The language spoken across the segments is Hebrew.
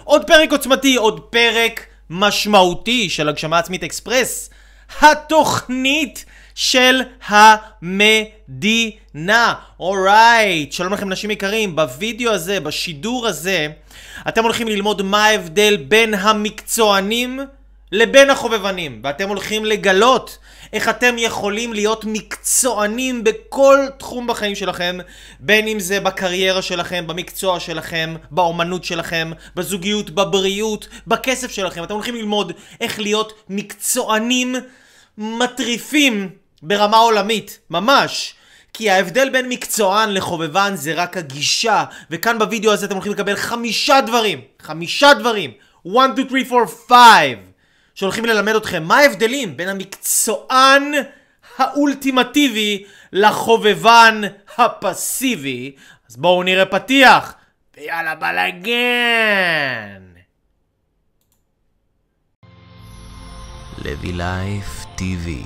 עוד פרק עוצמתי, עוד פרק משמעותי של הגשמה עצמית אקספרס, התוכנית של המדינה. אורייט, שלום לכם נשים יקרים, בווידאו הזה, בשידור הזה, אתם הולכים ללמוד מה ההבדל בין המקצוענים לבין החובבנים, ואתם הולכים לגלות איך אתם יכולים להיות מקצוענים בכל תחום בחיים שלכם, בין אם זה בקריירה שלכם, במקצוע שלכם, באומנות שלכם, בזוגיות, בבריאות, בכסף שלכם. אתם הולכים ללמוד איך להיות מקצוענים מטריפים ברמה עולמית, ממש. כי ההבדל בין מקצוען לחובבן זה רק הגישה, וכאן בווידאו הזה אתם הולכים לקבל 5 דברים, 1, 2, 3, 4, 5, שהולכים ללמד אתכם מה ההבדלים בין המקצוען האולטימטיבי לחובבן הפסיבי. אז בואו נראה פתיח, ויאללה בלגן. לוי לייף טיווי.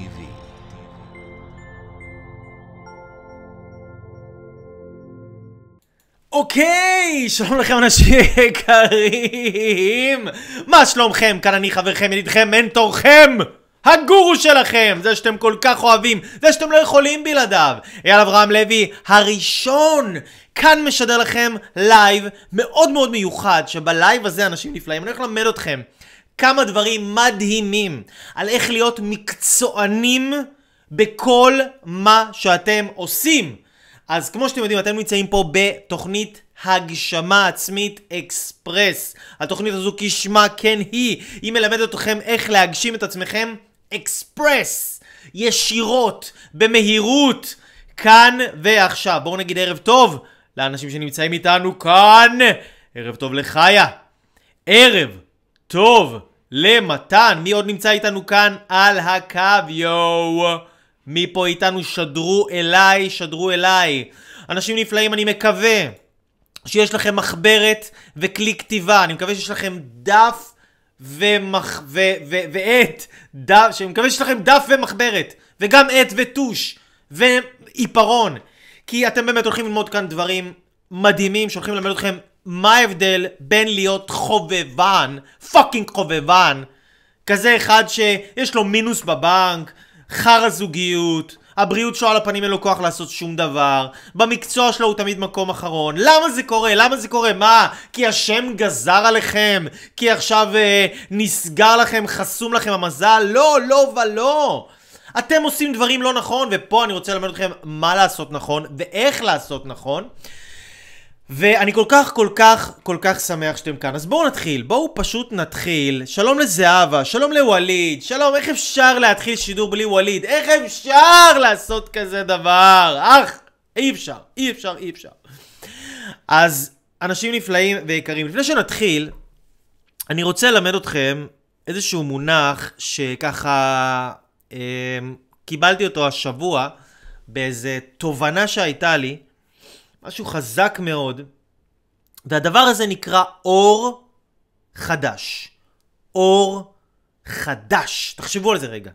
אוקיי, שלום לכם אנשים יקרים, מה שלומכם? כאן אני חברכם, ידידכם, מנטורכם, הגורו שלכם, זה שאתם כל כך אוהבים, זה שאתם לא יכולים בלעדיו, אייל אברהם לוי הראשון. כאן משדר לכם לייב מאוד מאוד מיוחד, שבלייב הזה אנשים נפלאים. אני הולך ללמד אתכם כמה דברים מדהימים על איך להיות מקצוענים בכל מה שאתם עושים. אז כמו שאתם יודעים, אתם נמצאים פה בתוכנית הגשמה עצמית אקספרס. התוכנית הזו כשמה כן היא מלמדת אתכם איך להגשים את עצמכם אקספרס, ישירות, במהירות, כאן ועכשיו. בואו נגיד ערב טוב לאנשים שנמצאים איתנו כאן. ערב טוב לחיה, ערב טוב למתן. מי עוד נמצא איתנו כאן על הקו? יואו, מי פה איתנו? שדרו אליי, שדרו אליי. אנשים נפלאים, אני מקווה שיש לכם מחברת וכלי כתיבה. אני מקווה שיש לכם דף ועט, שאני מקווה שיש לכם דף ומחברת, וגם עט וטוש ועיפרון. כי אתם באמת הולכים ללמוד כאן דברים מדהימים, שהולכים ללמד אתכם מה ההבדל בין להיות חובבן, פאקינג חובבן, כזה אחד שיש לו מינוס בבנק, חר הזוגיות, הבריאות שלו על הפנים, אין לו כוח לעשות שום דבר, במקצוע שלו הוא תמיד מקום אחרון. למה זה קורה? למה זה קורה? מה? כי השם גזר עליכם? כי עכשיו נסגר לכם, חסום לכם המזל? לא, לא ולא. אתם עושים דברים לא נכון, ופה אני רוצה ללמד אתכם מה לעשות נכון ואיך לעשות נכון. ואני כל כך שמח שאתם כאן. אז בואו נתחיל, בואו פשוט נתחיל. שלום לזהבה, שלום לווליד, שלום. איך אפשר להתחיל שידור בלי ווליד? איך אפשר לעשות כזה דבר? אי אפשר, אי אפשר, אי אפשר. אז אנשים נפלאים ויקרים, לפני שנתחיל, אני רוצה ללמד אתכם איזשהו מונח שככה קיבלתי אותו השבוע באיזה תובנה שהייתה לי, משהו חזק מאוד, והדבר הזה נקרא אור חדש. אור חדש. תחשבו על זה רגע.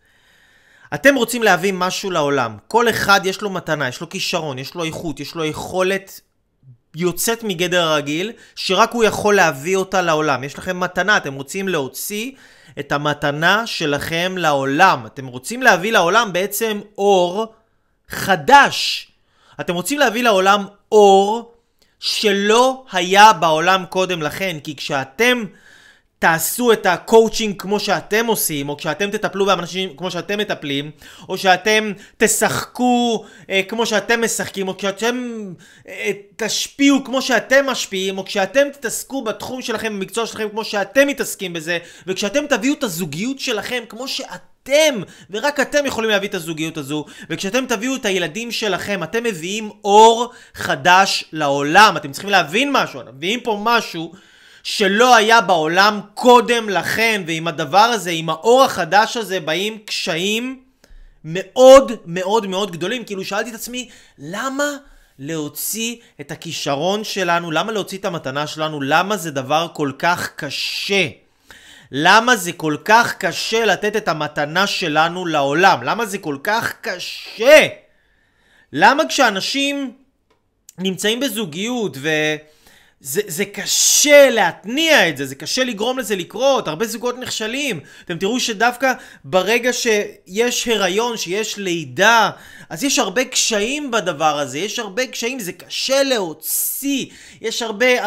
אתם רוצים להביא משהו לעולם. כל אחד יש לו מתנה, יש לו כישרון, יש לו איכות, יש לו יכולת יוצאת מגדר הרגיל, שרק הוא יכול להביא אותה לעולם. יש לכם מתנה, אתם רוצים להוציא את המתנה שלכם לעולם. אתם רוצים להביא לעולם בעצם אור חדש. אתם רוצים להביא לעולם אור שלא היה בעולם קודם לכן, כי כשאתם תעשו את הקואוצ'ינג כמו שאתם עושים, או כשאתם תטפלו באנשים כמו שאתם מטפלים, או שאתם תשחקו כמו שאתם משחקים, או כשאתם תשפיעו כמו שאתם משפיעים, או כשאתם תתעסקו בתחום שלכם, במקצוע שלכם כמו שאתם מתעסקים בזה, וכשאתם תביאו את הזוגיות שלכם כמו שאתם, ורק אתם יכולים להביא את הזוגיות הזו, וכשאתם תביאו את הילדים שלכם, אתם מביאים אור חדש לעולם. אתם צריכים להבין משהו, אתם מביאים פה משהו שלא היה בעולם קודם לכן, ועם הדבר הזה, עם האור החדש הזה, באים קשיים מאוד מאוד מאוד גדולים. כאילו שאלתי את עצמי, למה להוציא את הכישרון שלנו, למה להוציא את המתנה שלנו, למה זה דבר כל כך קשה? למה זה כל כך קשה לתת את המתנה שלנו לעולם? למה זה כל כך קשה? למה כשאנשים נמצאים בזוגיות זה קשה להתניע את זה, זה קשה לגרום לזה לקרות, הרבה זוגות נכשלים. אתם תראו שדווקא ברגע שיש הריון, שיש לידה, אז יש הרבה קשיים בדבר הזה, יש הרבה קשיים, זה קשה להוציא, יש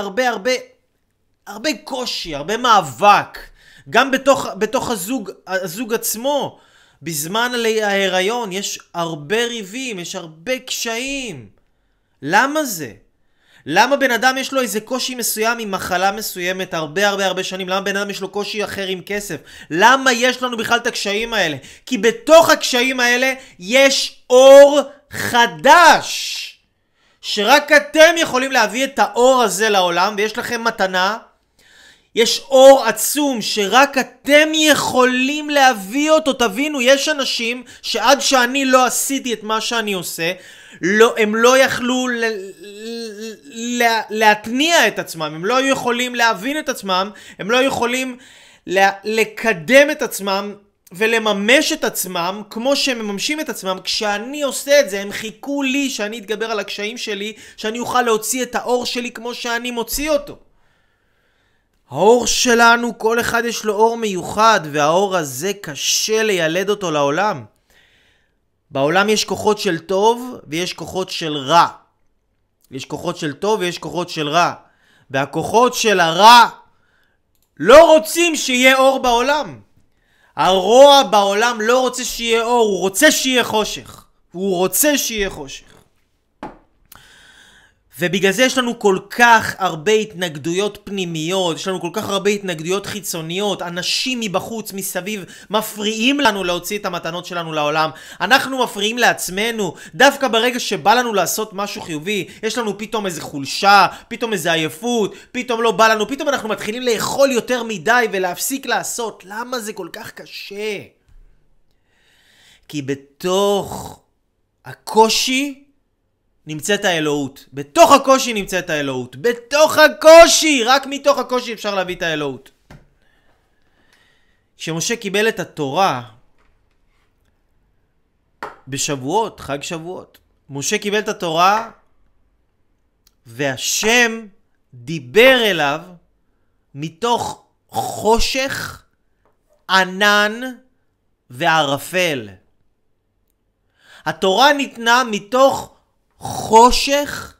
הרבה קושי, הרבה מאבק, גם בתוך הזוג עצמו. בזמן ההיריון יש הרבה ריבים, יש הרבה קשיים. למה זה? למה בן אדם יש לו איזה קושי מסוים עם מחלה מסוימת הרבה שנים? למה בן אדם יש לו קושי אחר עם כסף? למה יש לנו בכלל את הקשיים האלה? כי בתוך הקשיים האלה יש אור חדש, שרק אתם יכולים להביא את האור הזה לעולם, ויש לכם מתנה. יש אור עצום שרק אתם יכולים להביא אותו. תבינו, יש אנשים שעד שאני לא עשיתי את מה שאני עושה, הם לא יכלו להתניע את עצמם, הם לא יכולים להבין את עצמם, הם לא יכולים לקדם את עצמם ולממש את עצמם כמו שהם מממשים את עצמם. כשאני עושה את זה, הם חיכו לי שאני אתגבר על הקשיים שלי, שאני אוכל להוציא את האור שלי כמו שאני מוציא אותו. האור שלנו, כל אחד יש לו אור מיוחד, והאור הזה קשה לילד אותו לעולם. בעולם יש כוחות של טוב ויש כוחות של רע. יש כוחות של טוב ויש כוחות של רע. והכוחות של הרע לא רוצים שיהיה אור בעולם. הרוע בעולם לא רוצה שיהיה אור, הוא רוצה שיהיה חושך. הוא רוצה שיהיה חושך. ובגלל זה יש לנו כל כך הרבה התנגדויות פנימיות, יש לנו כל כך הרבה התנגדויות חיצוניות, אנשים מבחוץ, מסביב, מפריעים לנו להוציא את המתנות שלנו לעולם. אנחנו מפריעים לעצמנו, דווקא ברגע שבא לנו לעשות משהו חיובי, יש לנו פתאום איזה חולשה, פתאום איזה עייפות, פתאום לא בא לנו, פתאום אנחנו מתחילים לאכול יותר מדי ולהפסיק לעשות. למה זה כל כך קשה? כי בתוך הקושי נמצאת האלוהות. בתוך הקושי נמצאת האלוהות. בתוך הקושי! רק מתוך הקושי אפשר להביא את האלוהות. כשמשה קיבל את התורה בשבועות, חג שבועות, משה קיבל את התורה והשם דיבר אליו מתוך חושך, ענן וערפל. התורה ניתנה מתוך חושך,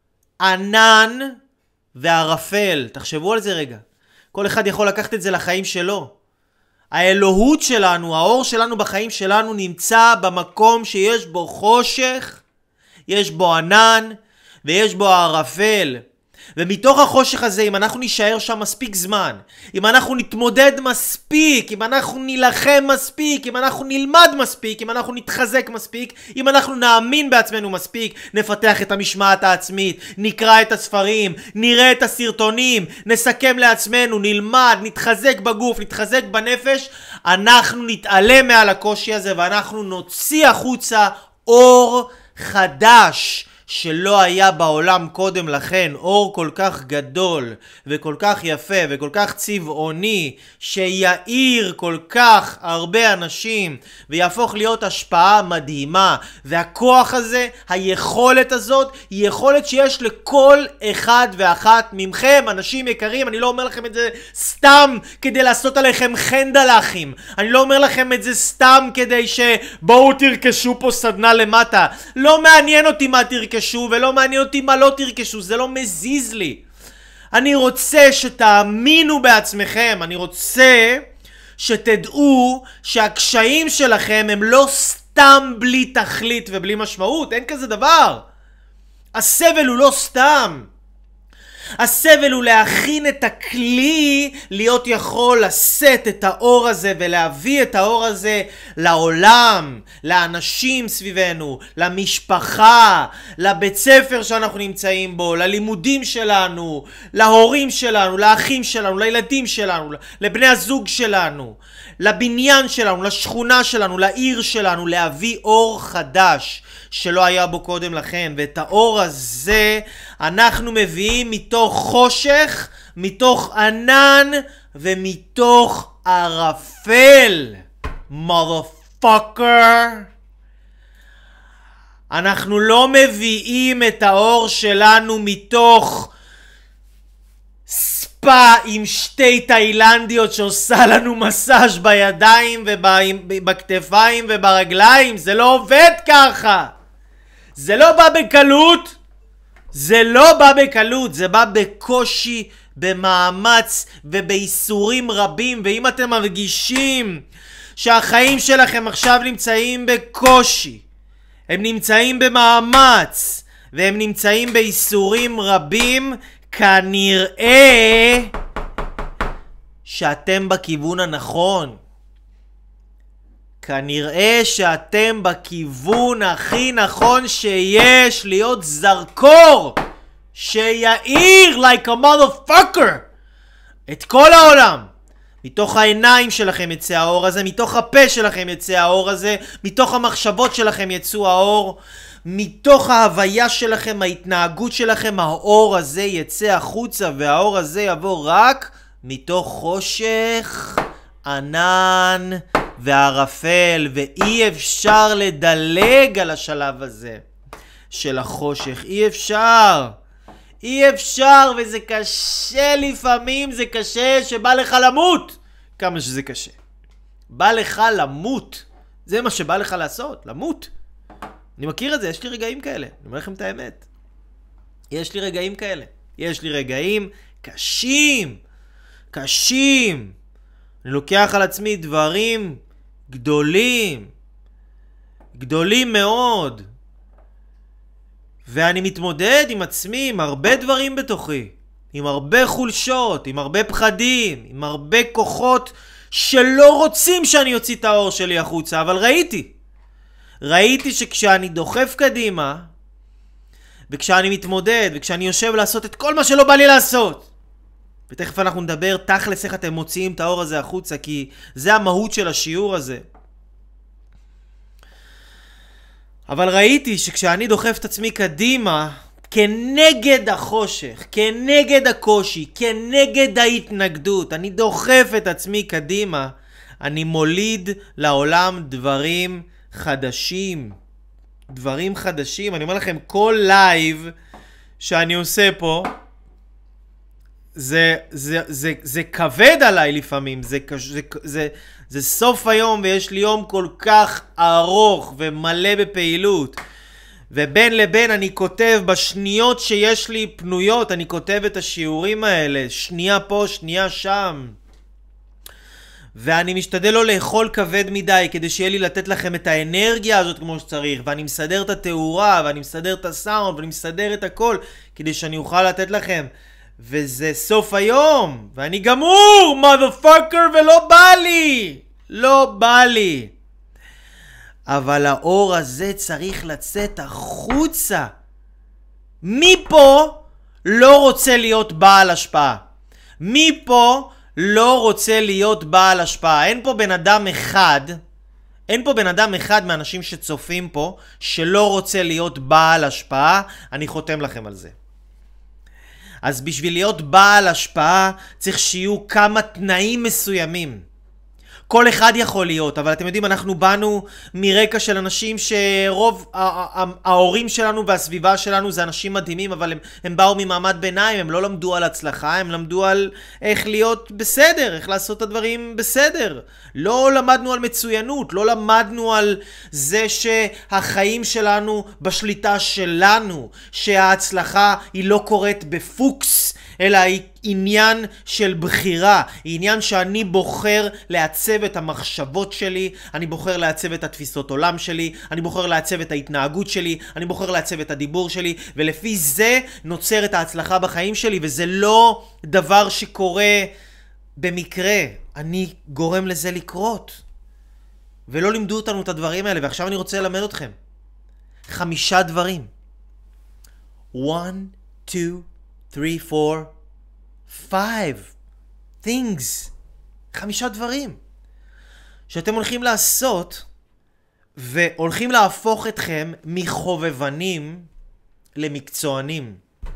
ענן וערפל. תחשבו על זה רגע. כל אחד יכול לקחת את זה לחיים שלו. האלוהות שלנו, האור שלנו בחיים שלנו נמצא במקום שיש בו חושך, יש בו ענן ויש בו ערפל. ומתוך החושך הזה, אם אנחנו נשאר שם מספיק זמן, אם אנחנו נתמודד מספיק, אם אנחנו נילחם מספיק, אם אנחנו נלמד מספיק, אם אנחנו נתחזק מספיק, אם אנחנו נאמין בעצמנו מספיק, נפתח את המשמעת העצמית, נקרא את הספרים, נראה את הסרטונים, נסכם לעצמנו, נלמד, נתחזק בגוף, נתחזק בנפש, אנחנו נתעלם מעל הקושי הזה ואנחנו נוציא החוצה אור חדש שלא היה בעולם קודם לכן. אור כל כך גדול וכל כך יפה וכל כך צבעוני שיעיר כל כך הרבה אנשים ויהפוך להיות השפעה מדהימה. והכוח הזה, היכולת הזאת, היא יכולת שיש לכל אחד ואחת ממכם, אנשים יקרים. אני לא אומר לכם את זה סתם כדי לעשות עליכם חנדלחים, אני לא אומר לכם את זה סתם כדי שבואו תרכשו פה סדנה למטה. לא מעניין אותי מה תרכשו ולא מעניין אותי מה לא תרכשו, זה לא מזיז לי. אני רוצה שתאמינו בעצמכם, אני רוצה שתדעו שהקשיים שלכם הם לא סתם בלי תכלית ובלי משמעות. אין כזה דבר. הסבל הוא לא סתם. הסבל הוא להכין את הכלי להיות יכול לשאת את האור הזה ולהביא את האור הזה לעולם, לאנשים סביבנו, למשפחה, לבית ספר שאנחנו נמצאים בו, ללימודים שלנו, להורים שלנו, לאחים שלנו, לילדים שלנו, לבני הזוג שלנו, לבניין שלנו, לשכונה שלנו, לעיר שלנו, להביא אור חדש שלא היה בו קודם לכן. ואת האור הזה אנחנו מביאים מתוך חושך, מתוך ענן ומתוך ערפל. motherfucker. אנחנו לא מביאים את האור שלנו מתוך ספא עם שתי תאילנדיות שעושה לנו מסאז' בידיים ובכתפיים וברגליים. זה לא עובד ככה. זה לא בא בקלות. זה לא בא בקלות, זה בא בקושי, במאמץ ובאיסורים רבים. ואם אתם מרגישים שהחיים שלכם עכשיו נמצאים בקושי, הם נמצאים במאמץ והם נמצאים באיסורים רבים, כנראה שאתם בכיוון הנכון. כנראה שאתם בכיוון הכי נכון שיש, להיות זרקור שיעיר like a motherfucker את כל העולם. מתוך העיניים שלכם יצא האור הזה, מתוך הפה שלכם יצא האור הזה, מתוך המחשבות שלכם יצאו האור, מתוך ההוויה שלכם, ההתנהגות שלכם, האור הזה יצא החוצה, והאור הזה יבוא רק מתוך חושך, ענן וערפל, ואי אפשר לדלג על השלב הזה של החושך. אי אפשר. אי אפשר, וזה קשה לפעמים, זה קשה שבא לך למות. כמה שזה קשה. בא לך למות. זה מה שבא לך לעשות, למות. אני מכיר את זה, יש לי רגעים כאלה. אני אומר לכם את האמת. יש לי רגעים כאלה. יש לי רגעים קשים. קשים. אני לוקח על עצמי דברים גדולים. גדולים מאוד. ואני מתמודד עם עצמי, עם הרבה דברים בתוכי. עם הרבה חולשות, עם הרבה פחדים, עם הרבה כוחות שלא רוצים שאני אוציא את האור שלי החוצה. אבל ראיתי שכשאני דוחף קדימה, וכשאני מתמודד, וכשאני יושב לעשות את כל מה שלא בא לי לעשות, ותכף אנחנו נדבר תכלס איך אתם מוציאים את האור הזה החוצה, כי זה המהות של השיעור הזה. אבל ראיתי שכשאני דוחף את עצמי קדימה, כנגד החושך, כנגד הקושי, כנגד ההתנגדות, אני דוחף את עצמי קדימה, אני מוליד לעולם דברים חדשים. דברים חדשים. אני אומר לכם, כל לייב שאני עושה פה, זה כבד עליי לפעמים. זה סוף היום ויש לי יום כל כך ארוך ומלא בפעילות. ובין לבין אני כותב בשניות שיש לי פנויות, אני כותב את השיעורים האלה. שנייה פה, שנייה שם. ואני משתדל לא לאכול כבד מדי כדי שיהיה לי לתת לכם את האנרגיה הזאת כמו שצריך. ואני מסדר את התאורה, ואני מסדר את הסאונד, ואני מסדר את הכל כדי שאני אוכל לתת לכם. וזה סוף היום, ואני גמור, motherfucker, ולא בא לי. לא בא לי. אבל האור הזה צריך לצאת החוצה. מפה לא רוצה להיות בעל השפעה. מפה לא רוצה להיות בעל השפעה. אין פה בן אדם אחד מהאנשים שצופים פה שלא רוצה להיות בעל השפעה. אני חותם לכם על זה. אז בשביל להיות בעל השפעה צריך שיהיו כמה תנאים מסוימים. כל אחד יכול להיות, אבל אתם יודעים, אנחנו באנו מרקע של אנשים שרוב ההורים שלנו והסביבה שלנו זה אנשים מדהימים, אבל הם באו ממעמד ביניים, הם לא למדו על הצלחה, הם למדו על איך להיות בסדר, איך לעשות את הדברים בסדר. לא למדנו על מצוינות, לא למדנו על זה שהחיים שלנו בשליטה שלנו, שההצלחה היא לא קורית בפוקס, אלא היא עניין של בחירה, היא עניין שאני בוחר לעצב את המחשבות שלי, אני בוחר לעצב את התפיסות עולם שלי, אני בוחר לעצב את ההתנהגות שלי, אני בוחר לעצב את הדיבור שלי, ולפי זה נוצרת ההצלחה בחיים שלי, וזה לא דבר שקורה במקרה, אני גורם לזה לקרות. ולא לימדו אותנו את הדברים האלה, ועכשיו אני רוצה ללמד אתכם. 5 דברים. 1, 2, 3, 4, 5 things. 5 דברים שאתם הולכים לעשות והולכים להפוך אתכם מחובבנים למקצוענים.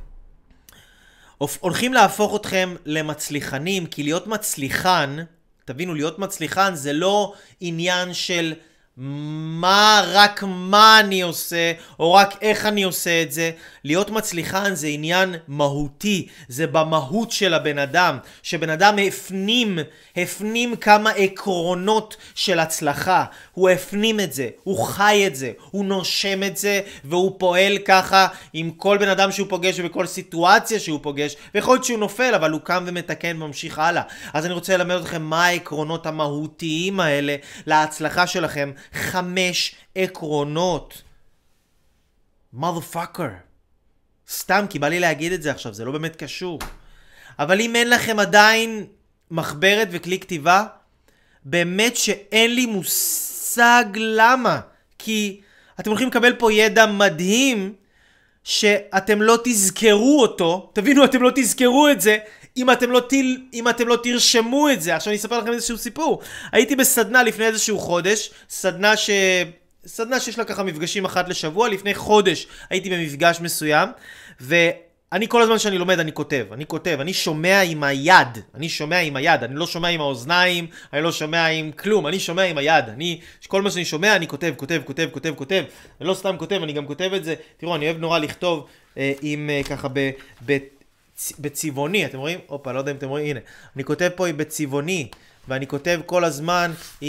הולכים להפוך אתכם למצליחנים, כי להיות מצליחן, תבינו, להיות מצליחן זה לא עניין של רק מה אני עושה, או רק איך אני עושה את זה. להיות מצליחן זה עניין מהותי, זה במהות של הבן אדם, שבן אדם הפנים כמה עקרונות של הצלחה, הוא הפנים את זה, הוא חי את זה, הוא נושם את זה, והוא פועל ככה עם כל בן אדם שהוא פוגש ובכל סיטואציה שהוא פוגש, ויכול להיות שהוא נופל, אבל הוא קם ומתקן וממשיך הלאה. אז אני רוצה ללמד אתכם מה העקרונות המהותיים האלה להצלחה שלכם. 5 עקרונות. motherfucker. סתם, כי בא לי להגיד את זה עכשיו, זה לא באמת קשור. אבל אם אין לכם עדיין מחברת וכלי כתיבה, באמת שאין לי מושג למה. כי אתם הולכים לקבל פה ידע מדהים, שאתם לא תזכרו אותו. תבינו, אתם לא תזכרו את זה, אם אתם לא תרשמו את זה. עכשיו אני אספר לכם איזשהו סיפור. הייתי בסדנה לפני איזשהו חודש, סדנה שיש לה ככה מפגשים אחת לשבוע. לפני חודש הייתי במפגש מסוים, ואני כל הזמן שאני לומד אני כותב, אני שומע עם היד, אני לא שומע עם האוזניים, אני לא שומע עם כלום, אני שומע עם היד. כל מה שאני שומע אני כותב, אני לא סתם כותב, אני גם כותב את זה. תראו, אני אוהב נורא לכתוב ככה בצבעוני, אתם רואים? אופה, לא יודע אם אתם רואים, הנה. אני כותב פה בצבעוני, ואני כותב כל הזמן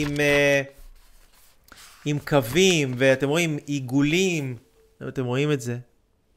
עם קווים, ואתם רואים עיגולים, אתם רואים את זה?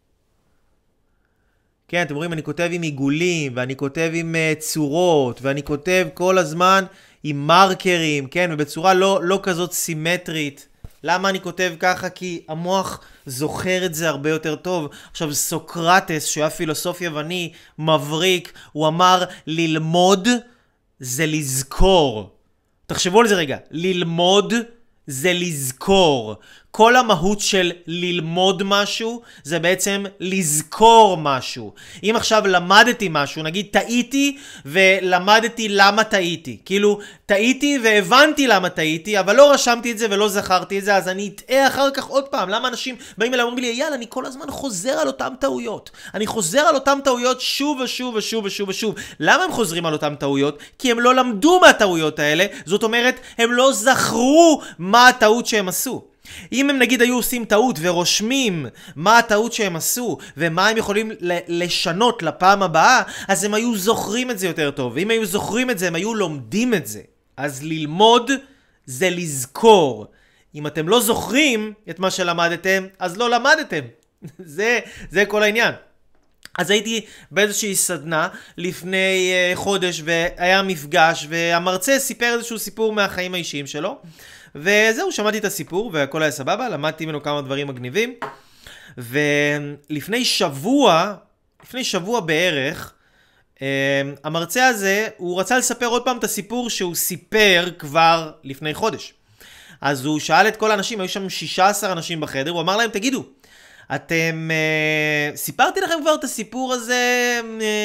כן, אתם רואים, אני כותב עם עיגולים, ואני כותב עם צורות, ואני כותב כל הזמן עם מרקרים, כן, ובצורה לא כזאת סימטרית. למה אני כותב ככה? כי המוח זוכר את זה הרבה יותר טוב. עכשיו, סוקרטס, שהוא היה פילוסוף יווני מבריק, הוא אמר, ללמוד זה לזכור. תחשבו על זה רגע, ללמוד זה לזכור. כל המהות של ללמוד משהו זה בעצם לזכור משהו. אם עכשיו למדתי משהו, נגיד טעיתי ולמדתי למה טעיתי. כאילו טעיתי והבנתי למה טעיתי, אבל לא רשמתי את זה ולא זכרתי את זה, אז אני אטעה אחר כך עוד פעם. למה אנשים באים אליי ואומרים לי, יאללה, אני כל הזמן חוזר על אותם טעויות. אני חוזר על אותם טעויות שוב ושוב ושוב ושוב ושוב. למה הם חוזרים על אותם טעויות? כי הם לא למדו מהטעויות האלה. זאת אומרת, הם לא זכרו מה הטעות שהם עשו. אם הם נגיד היו עושים טעות ורושמים מה הטעות שהם עשו ומה הם יכולים לשנות לפעם הבאה, אז הם היו זוכרים את זה יותר טוב. ואם היו זוכרים את זה, הם היו לומדים את זה. אז ללמוד זה לזכור. אם אתם לא זוכרים את מה שלמדתם, אז לא למדתם. זה כל העניין. אז הייתי באיזושהי סדנה לפני חודש, והיה מפגש, והמרצה סיפר איזשהו סיפור מהחיים האישיים שלו. וזהו, שמעתי את הסיפור והכל היה סבבה, למדתי ממנו כמה דברים מגניבים. ולפני שבוע בערך, המרצה הזה, הוא רצה לספר עוד פעם את הסיפור שהוא סיפר כבר לפני חודש. אז הוא שאל את כל האנשים, היו שם 16 אנשים בחדר, הוא אמר להם, תגידו, אתם, סיפרתי לכם כבר את הסיפור הזה,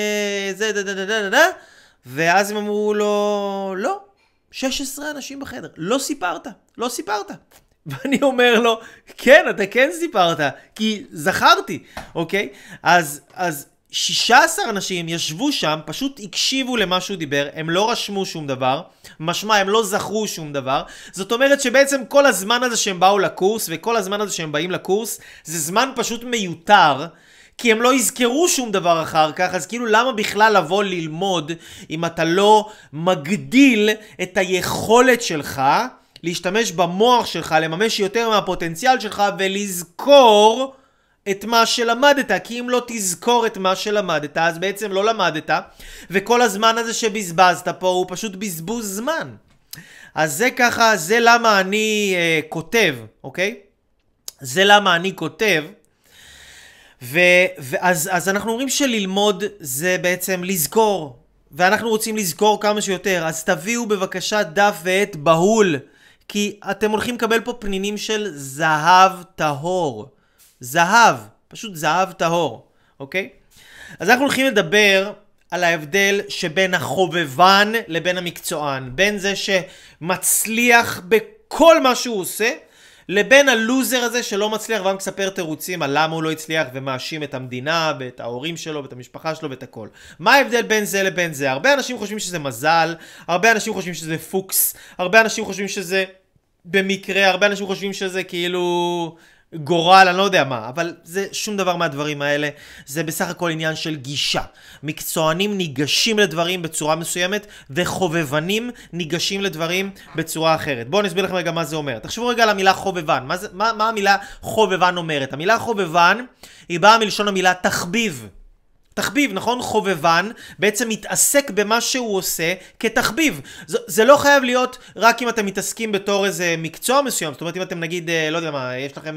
ואז הם אמרו לו, לא. 16 אנשים בחדר, לא סיפרת. ואני אומר לו, כן, אתה כן סיפרת, כי זכרתי, אוקיי? אז 16 אנשים ישבו שם, פשוט הקשיבו למה שהוא דיבר, הם לא רשמו שום דבר, משמע הם לא זכרו שום דבר. זאת אומרת שבעצם כל הזמן הזה שהם באו לקורס, וכל הזמן הזה שהם באים לקורס, זה זמן פשוט מיותר, כי הם לא יזכרו שום דבר אחר כך. אז כאילו למה בכלל לבוא ללמוד אם אתה לא מגדיל את היכולת שלך להשתמש במוח שלך, לממש יותר מהפוטנציאל שלך ולזכור את מה שלמדת. כי אם לא תזכור את מה שלמדת, אז בעצם לא למדת, וכל הזמן הזה שבזבזת פה הוא פשוט בזבוז זמן. אז זה ככה, זה למה אני כותב, אוקיי? זה למה אני כותב. אז אנחנו אומרים שללמוד זה בעצם לזכור, ואנחנו רוצים לזכור כמה שיותר. אז תביאו בבקשה דף ועט בהול, כי אתם הולכים לקבל פה פנינים של זהב טהור. זהב, פשוט זהב טהור, אוקיי? אז אנחנו הולכים לדבר על ההבדל שבין החובבן לבין המקצוען, בין זה שמצליח בכל מה שהוא עושה, לבין הלוזר הזה שלא מצליח וגם מספר תירוצים על למה הוא לא הצליח ומאשים את המדינה ואת ההורים שלו ואת המשפחה שלו ואת הכל. מה ההבדל בין זה לבין זה? הרבה אנשים חושבים שזה מזל, הרבה אנשים חושבים שזה פוקס, הרבה אנשים חושבים שזה במקרה, הרבה אנשים חושבים שזה כאילו גורל, אני לא יודע מה, אבל זה שום דבר מהדברים האלה, זה בסך הכל עניין של גישה. מקצוענים ניגשים לדברים בצורה מסוימת, וחובבנים ניגשים לדברים בצורה אחרת. בואו נסביר לכם רגע מה זה אומר. תחשבו רגע על המילה חובבן. מה המילה חובבן אומרת? המילה חובבן היא באה מלשון המילה תחביב. תחביב, נכון? חובבן בעצם מתעסק במה שהוא עושה כתחביב. זה לא חייב להיות רק אם אתם מתעסקים בתור איזה מקצוע מסוים. זאת אומרת, אם אתם נגיד, לא יודע מה, יש לכם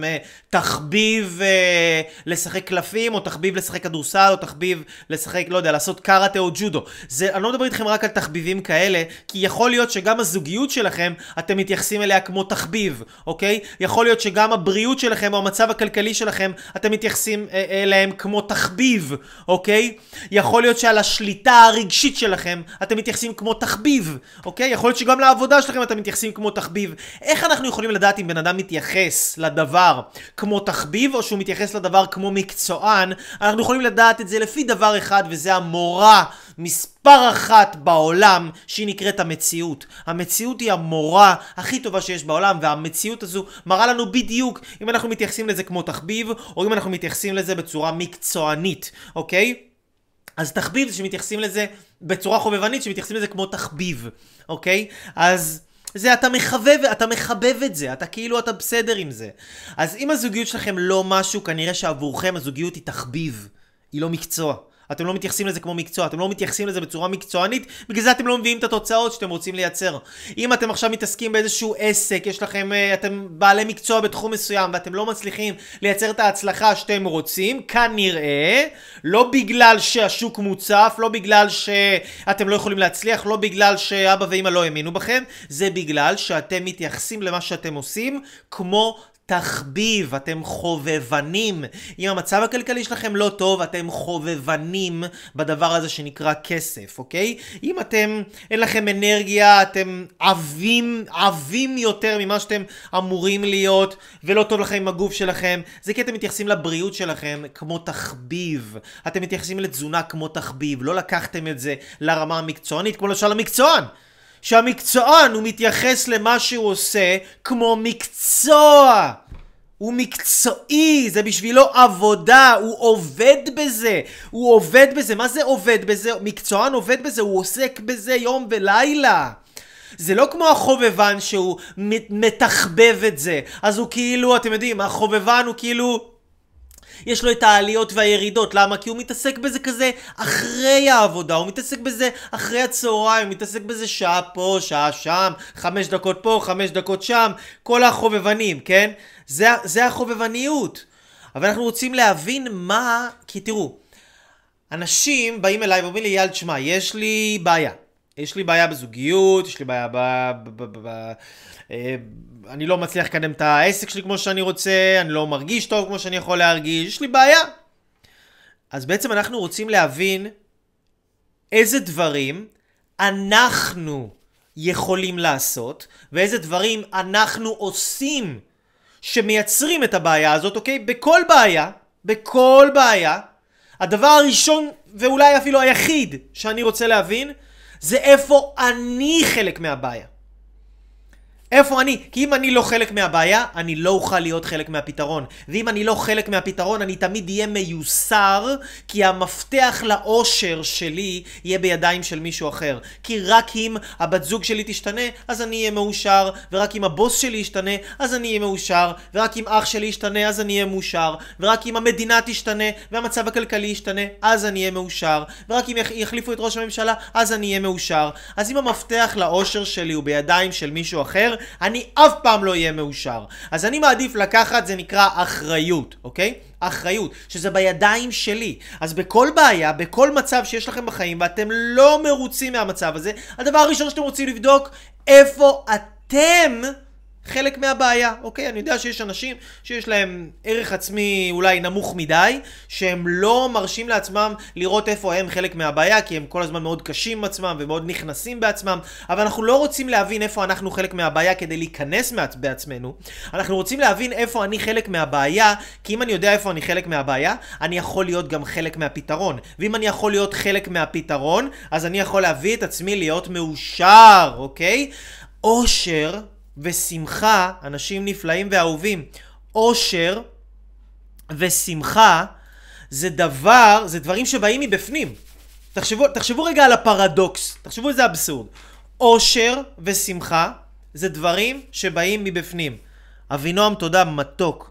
תחביב לשחק קלפים, או תחביב לשחק כדורסל, או תחביב לשחק, לא יודע, לעשות קראטה או ג'ודו. אני לא מדבר איתכם רק על תחביבים כאלה, כי יכול להיות שגם הזוגיות שלכם, אתם מתייחסים אליה כמו תחביב, אוקיי? יכול להיות שגם הבריאות שלכם, או המצב הכלכלי שלכם, אתם מתייחסים אליהם כמו תחביב, אוקיי? יכול להיות שעל השליטה הרגשית שלכם אתם מתייחסים כמו תחביב, אוקיי? יכול להיות שגם לעבודה שלכם אתם מתייחסים כמו תחביב. איך אנחנו יכולים לדעת אם בן אדם מתייחס לדבר כמו תחביב או שהוא מתייחס לדבר כמו מקצוען? אנחנו יכולים לדעת את זה לפי דבר אחד, וזה המורה מספר אחת בעולם שהיא נקראת המציאות. המציאות היא המורה הכי טובה שיש בעולם, והמציאות הזו מראה לנו בדיוק אם אנחנו מתייחסים לזה כמו תחביב או אם אנחנו מתייחסים לזה בצורה מקצוענית, אוקיי? אז תחביב זה שמתייחסים לזה בצורה חובבנית, שמתייחסים לזה כמו תחביב, אוקיי? אז זה אתה מחבב את זה, אתה כאילו אתה בסדר עם זה. אז אם הזוגיות שלכם לא משהו, כנראה שעבורכם הזוגיות היא תחביב, היא לא מקצוע. אתם לא מתייחסים לזה כמו מקצוע, אתם לא מתייחסים לזה בצורה מקצוענית, בגלל זה אתם לא מביאים את התוצאות שאתם רוצים לייצר. אם אתם עכשיו מתעסקים באיזשהו עסק, יש לכם, אתם בעלי מקצוע בתחום מסוים, ואתם לא מצליחים לייצר את ההצלחה שאתם רוצים, כנראה, לא בגלל שהשוק מוצף, לא בגלל שאתם לא יכולים להצליח, לא בגלל שאבא ואמא לא האמינו בכם, זה בגלל שאתם מתייחסים למה שאתם עושים כמו תחביב, אתם חובבנים. אם המצב הכלכלי שלכם לא טוב, אתם חובבנים בדבר הזה שנקרא כסף, אוקיי? אם אין לכם אנרגיה, אתם עבים יותר ממה שאתם אמורים להיות, ולא טוב לכם עם הגוף שלכם, זה כי אתם מתייחסים לבריאות שלכם כמו תחביב. אתם מתייחסים לתזונה כמו תחביב, לא לקחתם את זה לרמה המקצוענית, כמו למשל המקצוען. שהמקצוען הוא מתייחס למה שהוא עושה כמו מקצוע. הוא מקצועי, זה בשבילו עבודה, הוא עובד בזה. מה זה עובד בזה? מקצוען עובד בזה, הוא עוסק בזה יום ולילה. זה לא כמו החובבן שהוא מתחבב את זה. אז הוא כאילו, אתם יודעים, החובבן הוא כאילו יש לו את העליות והירידות. למה? כי הוא מתעסק בזה כזה אחרי העבודה, הוא מתעסק בזה אחרי הצהריים, הוא מתעסק בזה שעה פה, שעה שם, 5 דקות פה, 5 דקות שם, כל החובבנים, כן? זה החובבניות. אבל אנחנו רוצים להבין מה, כי תראו, אנשים באים אליי ואומרים לי, יאללה, תשמע, יש לי בעיה בזוגיות, יש לי בעיה אני לא מצליח לקדם את העסק שלי כמו שאני רוצה, אני לא מרגיש טוב כמו שאני יכול להרגיש, יש לי בעיה. אז בעצם אנחנו רוצים להבין איזה דברים אנחנו יכולים לעשות, ואיזה דברים אנחנו עושים שמייצרים את הבעיה הזאת, אוקיי? בכל בעיה, הדבר הראשון ואולי אפילו היחיד שאני רוצה להבין, זה איפה אני חלק מהבעיה. איפה אני? כי אם אני לא חלק מהבעיה, אני לא אוכל להיות חלק מהפתרון. ואם אני לא חלק מהפתרון, אני תמיד אהיה מיוסר, כי המפתח לאושר שלי יהיה בידיים של מישהו אחר. כי רק אם הבת זוג שלי תשתנה, אז אני אהיה מאושר, ורק אם הבוס שלי ישתנה, אז אני אהיה מאושר, ורק אם אח שלי ישתנה, אז אני אהיה מאושר, ורק אם המדינה תשתנה, והמצב הכלכלי ישתנה, אז אני אהיה מאושר, ורק אם יחליפו את ראש הממשלה, אז אני אהיה מאושר. אז אם המפתח לאושר שלי הוא בידיים של מישהו אחר, אני אף פעם לא אהיה מאושר. אז אני מעדיף לקחת, זה נקרא אחריות, אוקיי? אחריות, שזה בידיים שלי. אז בכל בעיה, בכל מצב שיש לכם בחיים, ואתם לא מרוצים מהמצב הזה, הדבר הראשון שאתם רוצים לבדוק, איפה אתם חלק מהבעיה, אוקיי? אני יודע שיש אנשים שיש להם ערך עצמי אולי נמוך מדי, שהם לא מרשים לעצמם לראות איפה הם חלק מהבעיה, כי הם כל הזמן מאוד קשים בעצמם ומאוד נכנסים בעצמם, אבל אנחנו לא רוצים להבין איפה אנחנו חלק מהבעיה כדי להיכנס בעצמנו. אנחנו רוצים להבין איפה אני חלק מהבעיה, כי אם אני יודע איפה אני חלק מהבעיה, אני יכול להיות גם חלק מהפתרון. ואם אני יכול להיות חלק מהפתרון, אז אני יכול להביא את עצמי להיות מאושר, אוקיי? אושר ושמחה, אנשים נפלאים ואהובים, אושר ושמחה זה דברים שבאים מבפנים. תחשבו רגע על הפרדוקס, תחשבו איזה אבסורד. אושר ושמחה זה דברים שבאים מבפנים. אבינועם, תודה, מתוק.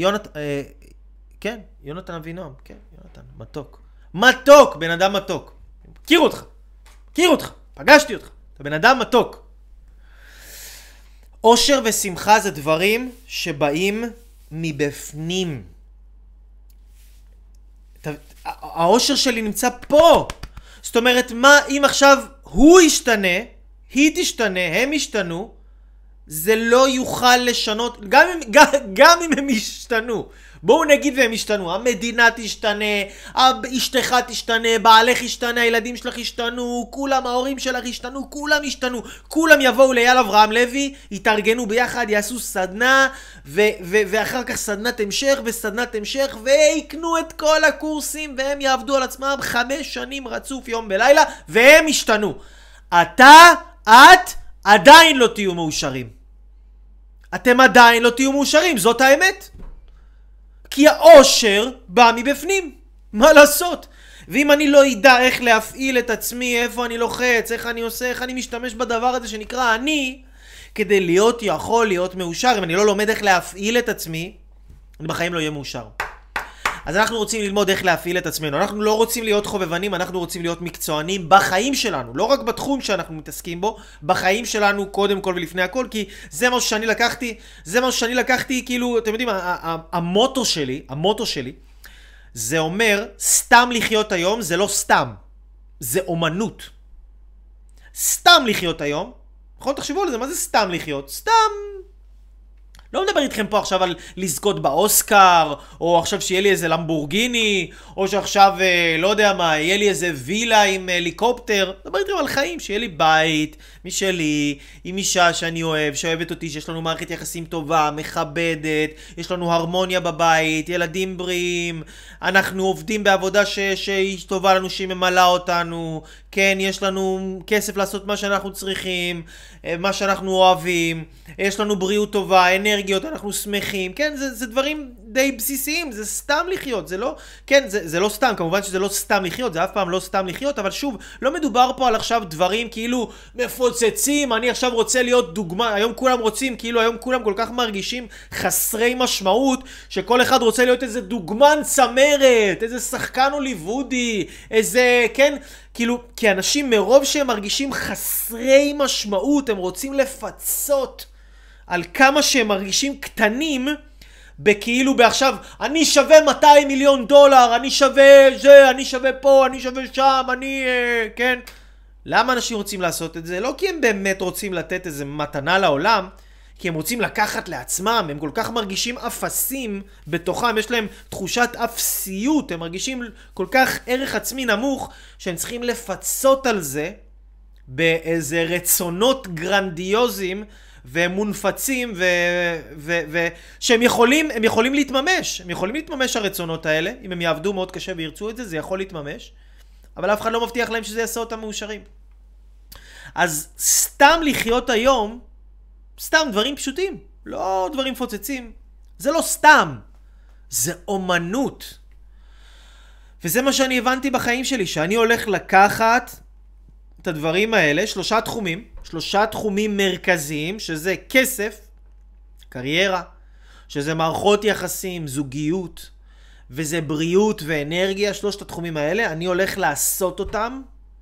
יונתן אבינועם, כן, יונתן, מתוק. מתוק, בן אדם מתוק. מכיר אותך, פגשתי אותך, אתה בן אדם מתוק. אושר ושמחה זה דברים שבאים מבפנים. האושר שלי נמצא פה. זאת אומרת, מה אם עכשיו הוא ישתנה, היא תשתנה, הם ישתנו, זה לא יוכל לשנות, גם אם הם ישתנו. בואו נגיד והם ישתנו, המדינה תשתנה, אשתך תשתנה, בעלך ישתנה, הילדים שלך ישתנו, כולם, ההורים שלך ישתנו, כולם ישתנו, כולם יבואו ליל אברהם לוי, יתארגנו ביחד, יעשו סדנה, ואחר כך סדנת המשך וסדנת המשך, ויקנו את כל הקורסים, והם יעבדו על עצמם 5 שנים רצוף יום בלילה, והם ישתנו. את עדיין לא תהיו מאושרים. אתם עדיין לא תהיו מאושרים, זאת האמת. כי האושר בא מבפנים, מה לעשות? ואם אני לא ידע איך להפעיל את עצמי, איפה אני לוחץ, איך אני עושה, איך אני משתמש בדבר הזה שנקרא אני, כדי יכול להיות מאושר, אם אני לא לומד איך להפעיל את עצמי, אני בחיים לא אהיה מאושר. אז אנחנו רוצים ללמוד איך להפעיל את עצמנו. אנחנו לא רוצים להיות חובבנים, אנחנו רוצים להיות מקצוענים בחיים שלנו. לא רק בתחום שאנחנו מתעסקים בו, בחיים שלנו קודם כל ולפני הכל, כי זה מה שאני לקחתי, כאילו, אתם יודעים, המוטו שלי, זה אומר, סתם לחיות היום זה לא סתם, זה אומנות. סתם לחיות היום, נכון? תחשבו על זה, מה זה סתם לחיות? סתם... לא מדבר איתכם פה עכשיו על לזכות באוסקר, או עכשיו שיהיה לי איזה למבורגיני, או שעכשיו, לא יודע מה, יהיה לי איזה וילה עם הליקופטר. מדבר איתכם על חיים, שיהיה לי בית משלי, עם אישה שאני אוהב, שאוהבת אותי, שיש לנו מערכת יחסים טובה, מכבדת, יש לנו הרמוניה בבית, ילדים בריאים, אנחנו עובדים בעבודה שהיא טובה לנו, שהיא ממלאה אותנו, כן, יש לנו כסף לעשות מה שאנחנו צריכים, מה שאנחנו אוהבים, יש לנו בריאות טובה, אנרגיות, אנחנו שמחים, כן, זה דברים די בסיסיים, זה סתם לחיות, זה לא, כן, זה לא סתם, כמובן שזה לא סתם לחיות, זה אף פעם לא סתם לחיות, אבל שוב, לא מדובר פה על עכשיו דברים כאילו מפוצצים, אני עכשיו רוצה להיות דוגמה, היום כולם רוצים, כאילו היום כולם כל כך מרגישים חסרי משמעות, שכל אחד רוצה להיות איזה דוגמן צמרת, איזה שחקן הוליוודי, איזה, כן, כאילו, כי אנשים מרוב שהם מרגישים חסרי משמעות, הם רוצים לפצות על כמה שהם מרגישים קטנים, בכאילו בעכשיו, אני שווה 200 מיליון דולר, אני שווה זה, אני שווה פה, אני שווה שם, כן? למה אנשים רוצים לעשות את זה? לא כי הם באמת רוצים לתת איזה מתנה לעולם, כי הם רוצים לקחת לעצמם, הם כל כך מרגישים אפסים בתוכם, יש להם תחושת אפסיות, הם מרגישים כל כך ערך עצמי נמוך, שהם צריכים לפצות על זה באיזה רצונות גרנדיוזיים ומונפצים שהם יכולים להתממש, הם יכולים להתממש הרצונות האלה, אם הם יעבדו מאוד קשה וירצו את זה, זה יכול להתממש, אבל אף אחד לא מבטיח להם שזה יעשה אותם מאושרים. אז סתם לחיות היום, סתם דברים פשוטים, לא דברים פוצצים, זה לא סתם, זה אומנות. וזה מה שאני הבנתי בחיים שלי, שאני הולך לקחת את הדברים האלה, 3 תחומים מרכזיים, שזה כסף, קריירה, שזה מערכות יחסים, זוגיות, וזה בריאות ואנרגיה, 3 התחומים האלה, אני הולך לעשות אותם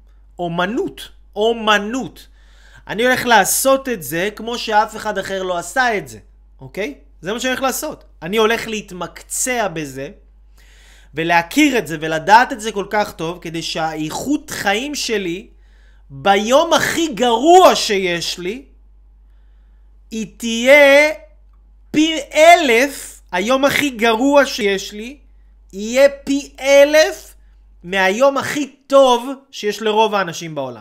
אומנות. אני הולך לעשות את זה כמו שאף אחד אחר לא עשה את זה, אוקיי? זה מה שאני הולך לעשות. אני הולך להתמקצע בזה, ולהכיר את זה ולדעת את זה כל כך טוב, כדי שהאיכות חיים שלי, ביום הכי גרוע שיש לי, היא תהיה פי 1000, היום הכי גרוע שיש לי, יהיה פי 1000 מהיום הכי טוב שיש לרוב האנשים בעולם.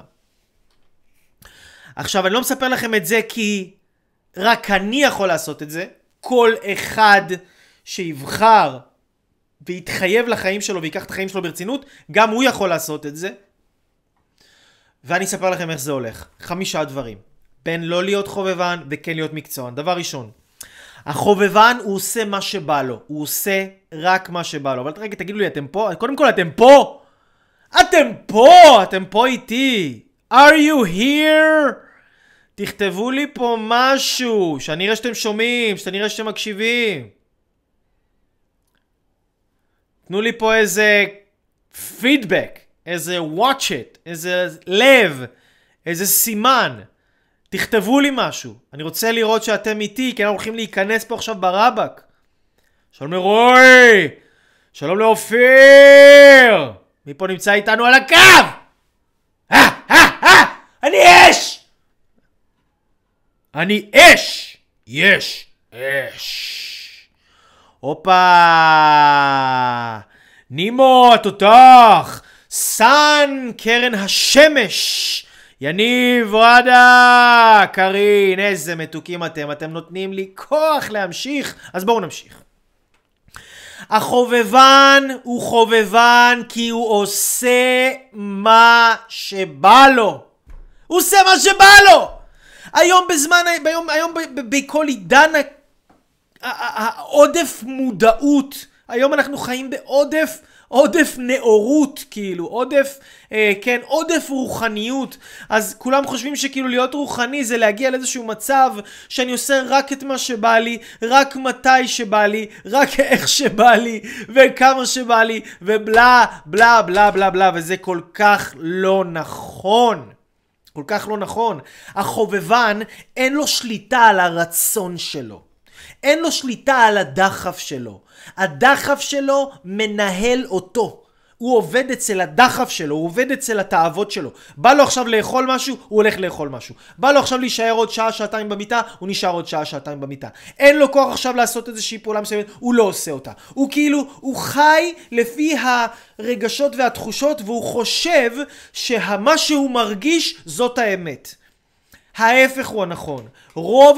עכשיו, אני לא מספר לכם את זה כי רק אני יכול לעשות את זה. כל אחד שיבחר ויתחייב לחיים שלו ויקח את החיים שלו ברצינות, גם הוא יכול לעשות את זה. ואני אספר לכם איך זה הולך. 5 דברים. בין לא להיות חובבן וכן להיות מקצוען. דבר ראשון, החובבן הוא עושה מה שבא לו, הוא עושה רק מה שבא לו. אבל רגע, תגידו לי, אתם פה? קודם כל, אתם פה! אתם פה איתי! Are you here? תכתבו לי פה משהו, שאני אראה שאתם שומעים, שאני אראה שאתם מקשיבים. תנו לי פה איזה פידבק, איזה watch it, איזה לב, איזה סימן. תכתבו לי משהו. אני רוצה לראות שאתם איתי, כי אנחנו הולכים להיכנס פה עכשיו ברבק. שלום לרוי! שלום לאופיר! מי פה נמצא איתנו על הקו? אני אש! אני אש! יש אש! הופה! נימו התותח! סן קרן השמש! יניב רדה! קרין, איזה מתוקים אתם נותנים לי כוח להמשיך. אז בואו נמשיך. החובבן הוא חובבן כי הוא עושה מה שבא לו. הוא עושה מה שבא לו! היום בכל עידן העודף מודעות, היום אנחנו חיים בעודף נאורות, כאילו, עודף רוחניות. אז כולם חושבים שכאילו להיות רוחני זה להגיע לאיזשהו מצב שאני עושה רק את מה שבא לי, רק מתי שבא לי, רק איך שבא לי, וכמה שבא לי, ובלה, בלה, בלה, בלה, בלה, וזה כל כך לא נכון. כל כך לא נכון. החובבן אין לו שליטה על הרצון שלו. אין לו שליטה על הדחף שלו. הדחף שלו מנהל אותו. הוא עובד אצל הדחף שלו, הוא עובד אצל התאוות שלו. בא לו עכשיו לאכול משהו, הוא הולך לאכול משהו. בא לו עכשיו להישאר עוד שעה, שעתיים במיטה, הוא נשאר עוד שעה, שעתיים במיטה. אין לו כוח עכשיו לעשות איזושהי פעולה מסוימת, הוא לא עושה אותה. הוא כאילו, הוא חי לפי הרגשות והתחושות, והוא חושב שמה שהוא מרגיש זאת האמת. ההפך הוא הנכון. רוב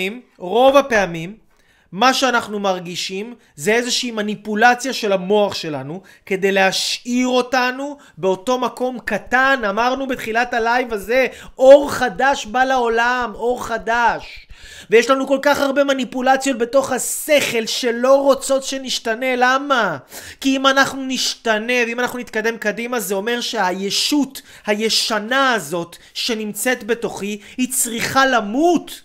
הפעמים, מה שאנחנו מרגישים זה איזושהי מניפולציה של המוח שלנו כדי להשאיר אותנו באותו מקום קטן. אמרנו בתחילת הלייב הזה, אור חדש בא לעולם, אור חדש. ויש לנו כל כך הרבה מניפולציות בתוך השכל שלא רוצות שנשתנה. למה? כי אם אנחנו נשתנה ואם אנחנו נתקדם קדימה, זה אומר שהישות הישנה הזאת שנמצאת בתוכי היא צריכה למות.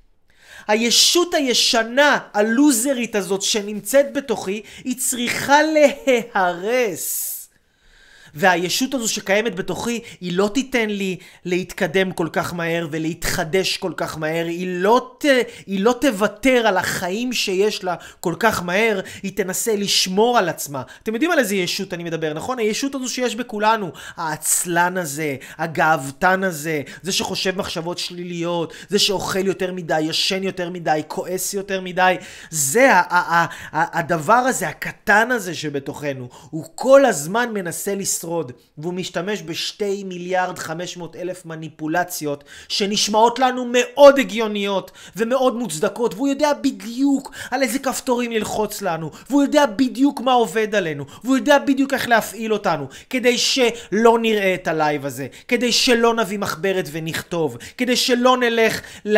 הישות הישנה, הלוזרית הזאת שנמצאת בתוכי, היא צריכה להיהרס. והישות הזו שקיימת בתוכי, היא לא תיתן לי להתקדם כל כך מהר ולהתחדש כל כך מהר. היא לא תוותר על החיים שיש לה כל כך מהר. היא תנסה לשמור על עצמה. אתם יודעים על איזה ישות אני מדבר, נכון? הישות הזו שיש בכולנו. העצלן הזה, הגאוותן הזה, זה שחושב מחשבות שליליות, זה שאוכל יותר מדי, ישן יותר מדי, כועס יותר מדי. זה הדבר הזה, הקטן הזה שבתוכנו. הוא כל הזמן מנסה לשרוד. והוא משתמש ב2,500,000 מניפולציות שנשמעות לנו מאוד הגיוניות ומאוד מוצדקות, והוא יודע בדיוק על איזה כפתורים ללחוץ לנו, והוא יודע בדיוק מה עובד עלינו, והוא יודע בדיוק איך להפעיל אותנו כדי שלא נראה את הלייב הזה, כדי שלא נביא מחברת ונכתוב, כדי שלא נלך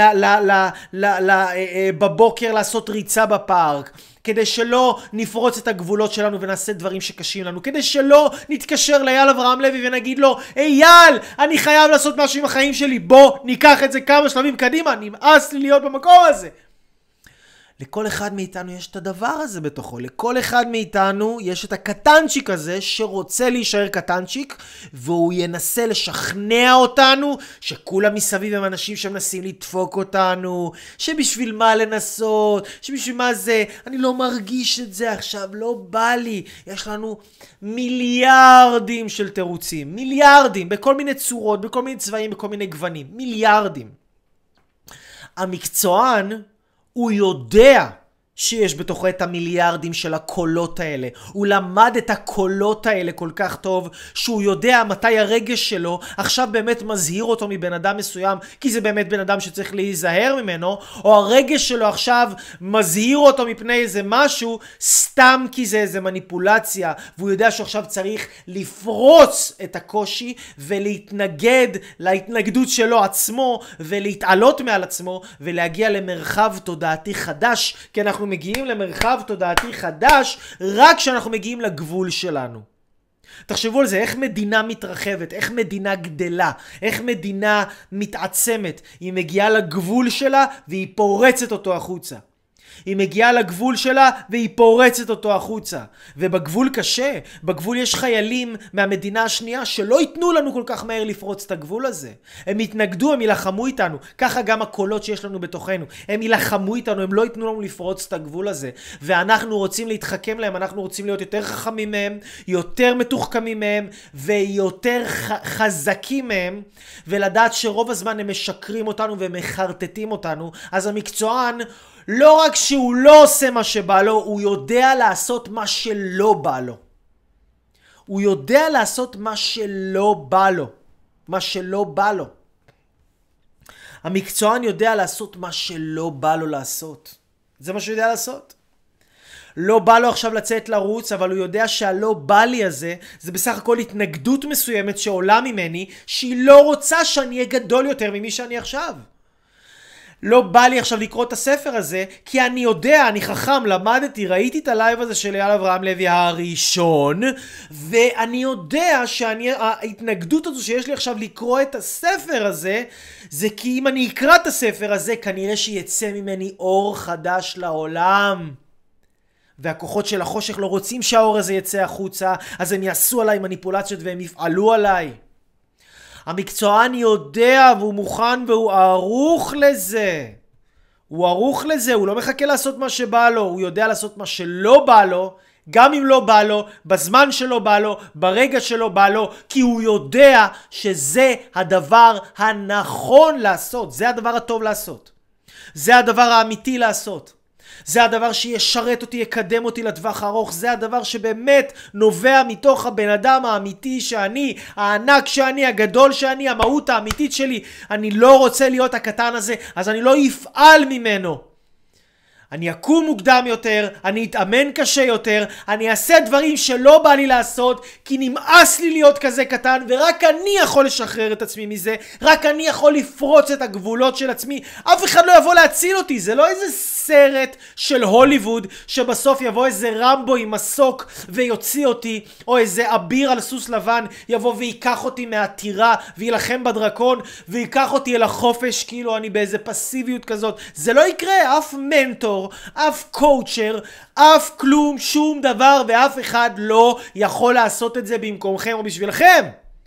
בבוקר לעשות ריצה בפארק, כדי שלא נפרוץ את הגבולות שלנו ונעשה דברים שקשים לנו, כדי שלא נתקשר לאייל אברהם לוי ונגיד לו, אייל, אני חייב לעשות משהו עם החיים שלי, בוא ניקח את זה כמה שלבים קדימה, נמאס לי להיות במקום הזה. לכל אחד מאיתנו יש את הדבר הזה בתוכו, לכל אחד מאיתנו יש את הקטנצ'יק הזה שרוצה להישאר קטנצ'יק, והוא ינסה לשכנע אותנו שכולם מסביב הם אנשים שמנסים לדפוק אותנו, שבשביל מה לנסות, שבשביל מה זה, אני לא מרגיש את זה עכשיו, לא בא לי. יש לנו מיליארדים של תירוצים, מיליארדים, בכל מיני צורות, בכל מיני צבעים, בכל מיני גוונים, מיליארדים. המקצוען הוא יודע שיש בתוכו את המיליארדים של הקולות האלה. הוא למד את הקולות האלה כל כך טוב, שהוא יודע מתי הרגש שלו עכשיו באמת מזהיר אותו מבן אדם מסוים, כי זה באמת בן אדם שצריך להיזהר ממנו, או הרגש שלו עכשיו מזהיר אותו מפני איזה משהו, סתם כי זה איזה מניפולציה, והוא יודע שעכשיו צריך לפרוץ את הקושי, ולהתנגד להתנגדות שלו עצמו, ולהתעלות מעל עצמו, ולהגיע למרחב תודעתי חדש, כי אנחנו מגיעים למרחב תודעתי חדש רק כשאנחנו מגיעים לגבול שלנו. תחשבו על זה, איך מדינה מתרחבת, איך מדינה גדלה, איך מדינה מתעצמת. היא מגיעה לגבול שלה והיא פורצת אותו החוצה. היא מגיעה לגבול שלה והיא פורצת אותו החוצה. ובגבול קשה, בגבול יש חיילים מהמדינה השנייה שלא ייתנו לנו כל כך מהר לפרוץ את הגבול הזה. הם יתנגדו, הם ילחמו איתנו. ככה גם הקולות שיש לנו בתוכנו. הם ילחמו איתנו, הם לא ייתנו לנו לפרוץ את הגבול הזה. ואנחנו רוצים להתחכם להם, אנחנו רוצים להיות יותר חכמים מהם, יותר מתוחכמים מהם, ויותר חזקים מהם, ולדעת שרוב הזמן הם משקרים אותנו ומחרטטים אותנו. אז המקצוען לא רק שהוא לא עושה מה שבא לו, הוא יודע לעשות מה שלא בא לו. הוא יודע לעשות מה שלא בא לו. מה שלא בא לו. המקצוען יודע לעשות מה שלא בא לו לעשות. זה מה שהוא יודע לעשות. לא בא לו עכשיו לצאת לרוץ, אבל הוא יודע שהלא בא לי הזה, זה בסך הכל התנגדות מסוימת שעולה ממני, שהיא לא רוצה שאני אהיה גדול יותר ממי שאני עכשיו. לא בא לי עכשיו לקרוא את הספר הזה, כי אני יודע, אני חכם, למדתי, ראיתי את הלייב הזה של אייל אברהם לוי הראשון, ואני יודע ההתנגדות הזו שיש לי עכשיו לקרוא את הספר הזה, זה כי אם אני אקרא את הספר הזה, כנראה שיצא ממני אור חדש לעולם. והכוחות של החושך לא רוצים שהאור הזה יצא החוצה, אז הם יעשו עליי מניפולציות והם יפעלו עליי. המקצוען יודע והוא מוכן והוא ערוך לזה. הוא ערוך לזה, הוא לא מחכה לעשות מה שבא לו, הוא יודע לעשות מה שלא בא לו, גם אם לא בא לו, בזמן שלא בא לו, ברגע שלא בא לו, כי הוא יודע שזה הדבר הנכון לעשות, זה הדבר הטוב לעשות. זה הדבר האמיתי לעשות. זה הדבר שישרת אותי, יקדם אותי לטווח ארוך. זה הדבר שבאמת נובע מתוך הבן אדם האמיתי שאני, הענק שאני, הגדול שאני, המהות האמיתית שלי. אני לא רוצה להיות הקטן הזה, אז אני לא אפעל ממנו. אני אקום מוקדם יותר, אני אתאמן קשה יותר, אני אעשה דברים שלא בא לי לעשות, כי נמאס לי להיות כזה קטן, ורק אני יכול לשחרר את עצמי מזה, רק אני יכול לפרוץ את הגבולות של עצמי, אף אחד לא יבוא להציל אותי, זה לא איזה סרט של הוליווד, שבסוף יבוא איזה רמבו עם מסוק ויוציא אותי, או איזה אביר על סוס לבן יבוא ויקח אותי מהטירה, וילחם בדרקון, ויקח אותי אל החופש, כאילו אני באיזה פסיביות כזאת. זה לא יקרה, אף מנטור, אף קואוצ'ר, אף כלום, שום דבר, ואף אחד לא יכול לעשות את זה במקומכם או בשבילכם.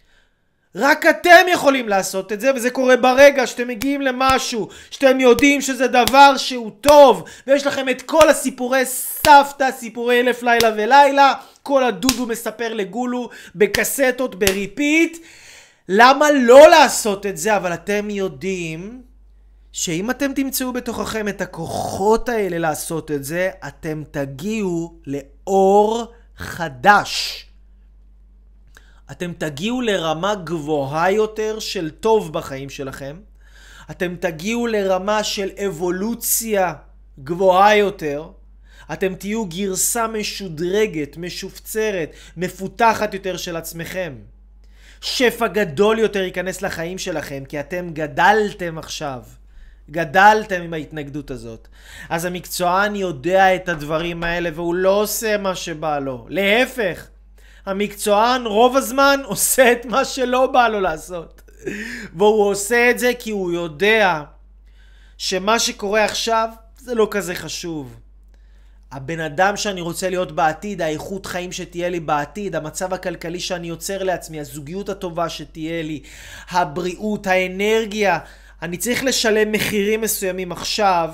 רק אתם יכולים לעשות את זה, וזה קורה ברגע שאתם מגיעים למשהו, שאתם יודעים שזה דבר שהוא טוב, ויש לכם את כל הסיפורי סבתא, סיפורי אלף לילה ולילה, כל הדודו מספר לגולו, בקסטות, בריפיט. למה לא לעשות את זה? אבל אתם יודעים שאם אתם תמצאו בתוככם את הכוחות האלה לעשות את זה, אתם תגיעו לאור חדש. אתם תגיעו לרמה גבוהה יותר של טוב בחיים שלכם. אתם תגיעו לרמה של אבולוציה גבוהה יותר. אתם תהיו גרסה משודרגת, משופצרת, מפותחת יותר של עצמכם. שפע גדול יותר ייכנס לחיים שלכם, כי אתם גדלתם עכשיו. גדלתם עם ההתנגדות הזאת. אז המקצוען יודע את הדברים האלה, והוא לא עושה מה שבא לו. להפך. המקצוען רוב הזמן עושה את מה שלא בא לו לעשות. והוא עושה את זה כי הוא יודע שמה שקורה עכשיו זה לא כזה חשוב. הבן אדם שאני רוצה להיות בעתיד, האיכות חיים שתהיה לי בעתיד, המצב הכלכלי שאני יוצר לעצמי, הזוגיות הטובה שתהיה לי, הבריאות, האנרגיה, אני צריך לשלם מחירים מסוימים עכשיו,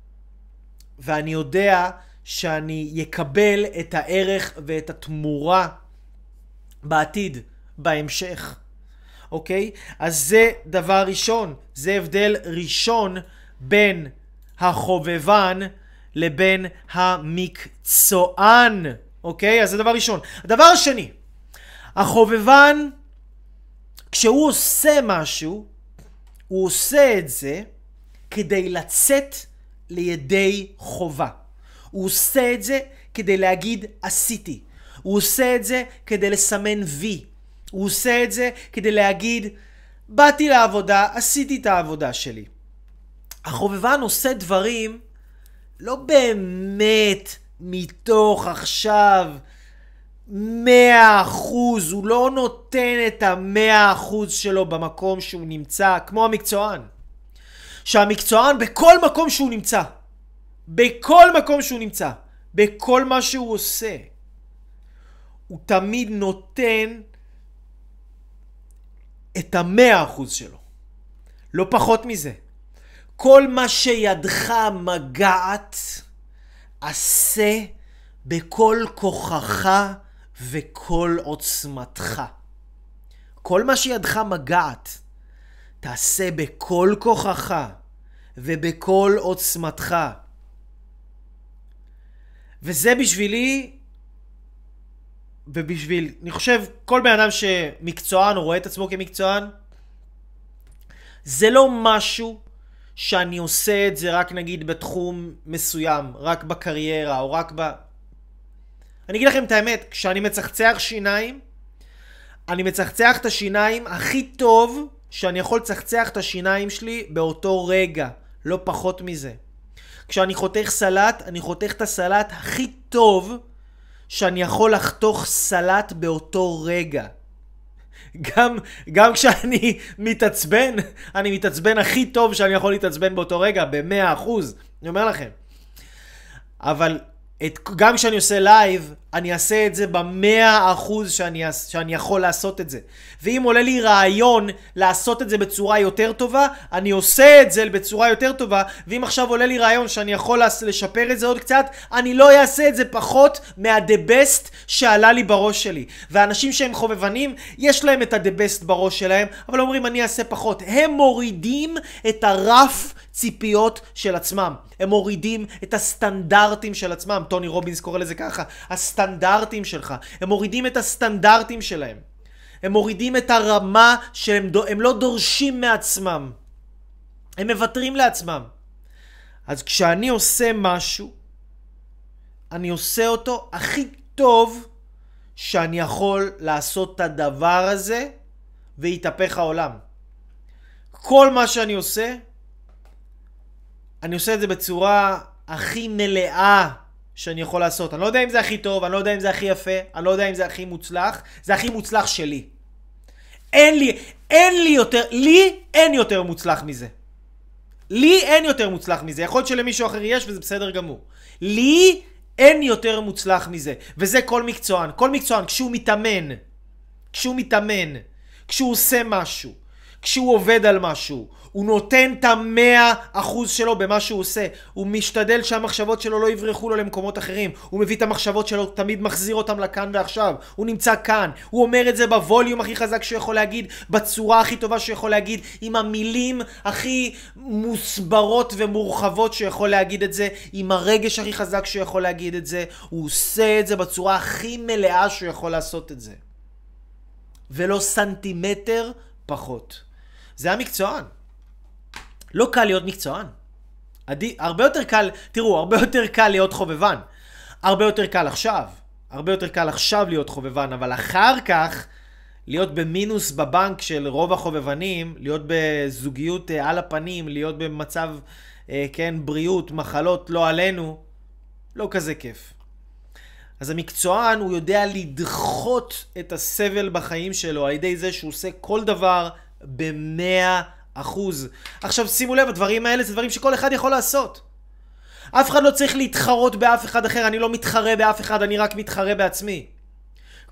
ואני יודע שאני יקבל את הערך ואת התמורה בעתיד, בהמשך. אוקיי? אז זה דבר ראשון. זה הבדל ראשון בין החובבן לבין המקצוען. אוקיי? אז זה דבר ראשון. הדבר השני, החובבן, כשהוא עושה משהו, הוא עושה את זה כדי לצאת לידי חובה. הוא עושה את זה כדי להגיד עשיתי. הוא עושה את זה כדי לסמן וי. הוא עושה את זה כדי להגיד באתי לעבודה, עשיתי את העבודה שלי. החובבן עושה דברים לא באמת מתוך עכשיו 100%, הוא לא נותן את 100% שלו במקום שהוא נמצא, כמו המקצוען. שהמקצוען בכל מקום שהוא נמצא, בכל מקום שהוא נמצא, בכל מה שהוא עושה, הוא תמיד נותן את 100% שלו. לא פחות מזה. כל מה שידך מגעת, עשה בכל כוחך וכל עוצמתך. כל מה שידך מגעת, תעשה בכל כוחך ובכל עוצמתך. וזה בשבילי, ובשביל, אני חושב, כל בן אדם שמקצוען או רואה את עצמו כמקצוען, זה לא משהו שאני עושה את זה רק נגיד בתחום מסוים, רק בקריירה או רק אני אגיד לכם את האמת, כשאני מצחצח שיניים, אני מצחצח את השיניים הכי טוב שאני יכול לצחצח את השיניים שלי באותו רגע, לא פחות מזה. כשאני חותך סלט, אני חותך את הסלט הכי טוב שאני יכול לחתוך סלט באותו רגע. גם כשאני מתעצבן, אני מתעצבן הכי טוב שאני יכול להתעצבן באותו רגע, ב-100%. אני אומר לכם. אבל גם כשאני עושה לייב, אני אעשה את זה ב-100% שאני יכול לעשות את זה. ואם עולה לי רעיון לעשות את זה בצורה יותר טובה, אני עושה את זה בצורה יותר טובה. ואם עכשיו עולה לי רעיון שאני יכול לשפר את זה עוד קצת, אני לא אעשה את זה פחות מה-the best שעלה לי בראש שלי. ואנשים שהם חובבנים, יש להם את ה-the best בראש שלהם, אבל אומרים אני אעשה פחות. הם מורידים את הרף ציפיות של עצמם. הם מורידים את הסטנדרטים של עצמם. טוני רובינס קורא לזה ככה. הסטנדרטים שלך. הם מורידים את הסטנדרטים שלהם. הם מורידים את הרמה שהם לא דורשים מעצמם. הם מוותרים לעצמם. אז כשאני עושה משהו, אני עושה אותו הכי טוב שאני יכול לעשות את הדבר הזה ויתהפך העולם. כל מה שאני עושה, אני עושה את זה בצורה הכי מלאה שאני יכול לעשות. אני לא יודע אם זה הכי טוב, אני לא יודע אם זה הכי יפה, אני לא יודע אם זה הכי מוצלח. זה הכי מוצלח שלי. לי אין יותר מוצלח מזה. לי אין יותר מוצלח מזה. יכול להיות שלמישהו אחר יש וזה בסדר גמור. לי אין יותר מוצלח מזה. וזה כל מקצוען. כל מקצוען, כשהוא מתאמן, כשהוא עושה משהו, כשהוא עובד על משהו, הוא נותן את 100% שלו במה שהוא עושה. הוא משתדל שהמחשבות שלו לא יברחו לו למקומות אחרים. הוא מביא את המחשבות שלו, תמיד מחזיר אותם לכאן ועכשיו. הוא נמצא כאן. הוא אומר את זה בווליום הכי חזק שהוא יכול להגיד, בצורה הכי טובה שהוא יכול להגיד, עם המילים הכי מוסברות ומורחבות שהוא יכול להגיד את זה, עם הרגש הכי חזק שהוא יכול להגיד את זה. הוא עושה את זה בצורה הכי מלאה שהוא יכול לעשות את זה. ולא סנטימטר פחות. זה המקצוען. לא קל להיות מקצוען. הרבה יותר קל להיות חובבן. הרבה יותר קל עכשיו להיות חובבן, אבל אחר כך להיות במינוס בבנק של רוב החובבנים, להיות בזוגיות על הפנים, להיות במצב, בריאות, מחלות, לא עלינו, לא כזה כיף. אז המקצוען הוא יודע לדחות את הסבל בחיים שלו על ידי זה שהוא עושה כל דבר ב100%. עכשיו שימו לב, הדברים האלה זה דברים שכל אחד יכול לעשות. אף אחד לא צריך להתחרות באף אחד אחר, אני לא מתחרה באף אחד, אני רק מתחרה בעצמי.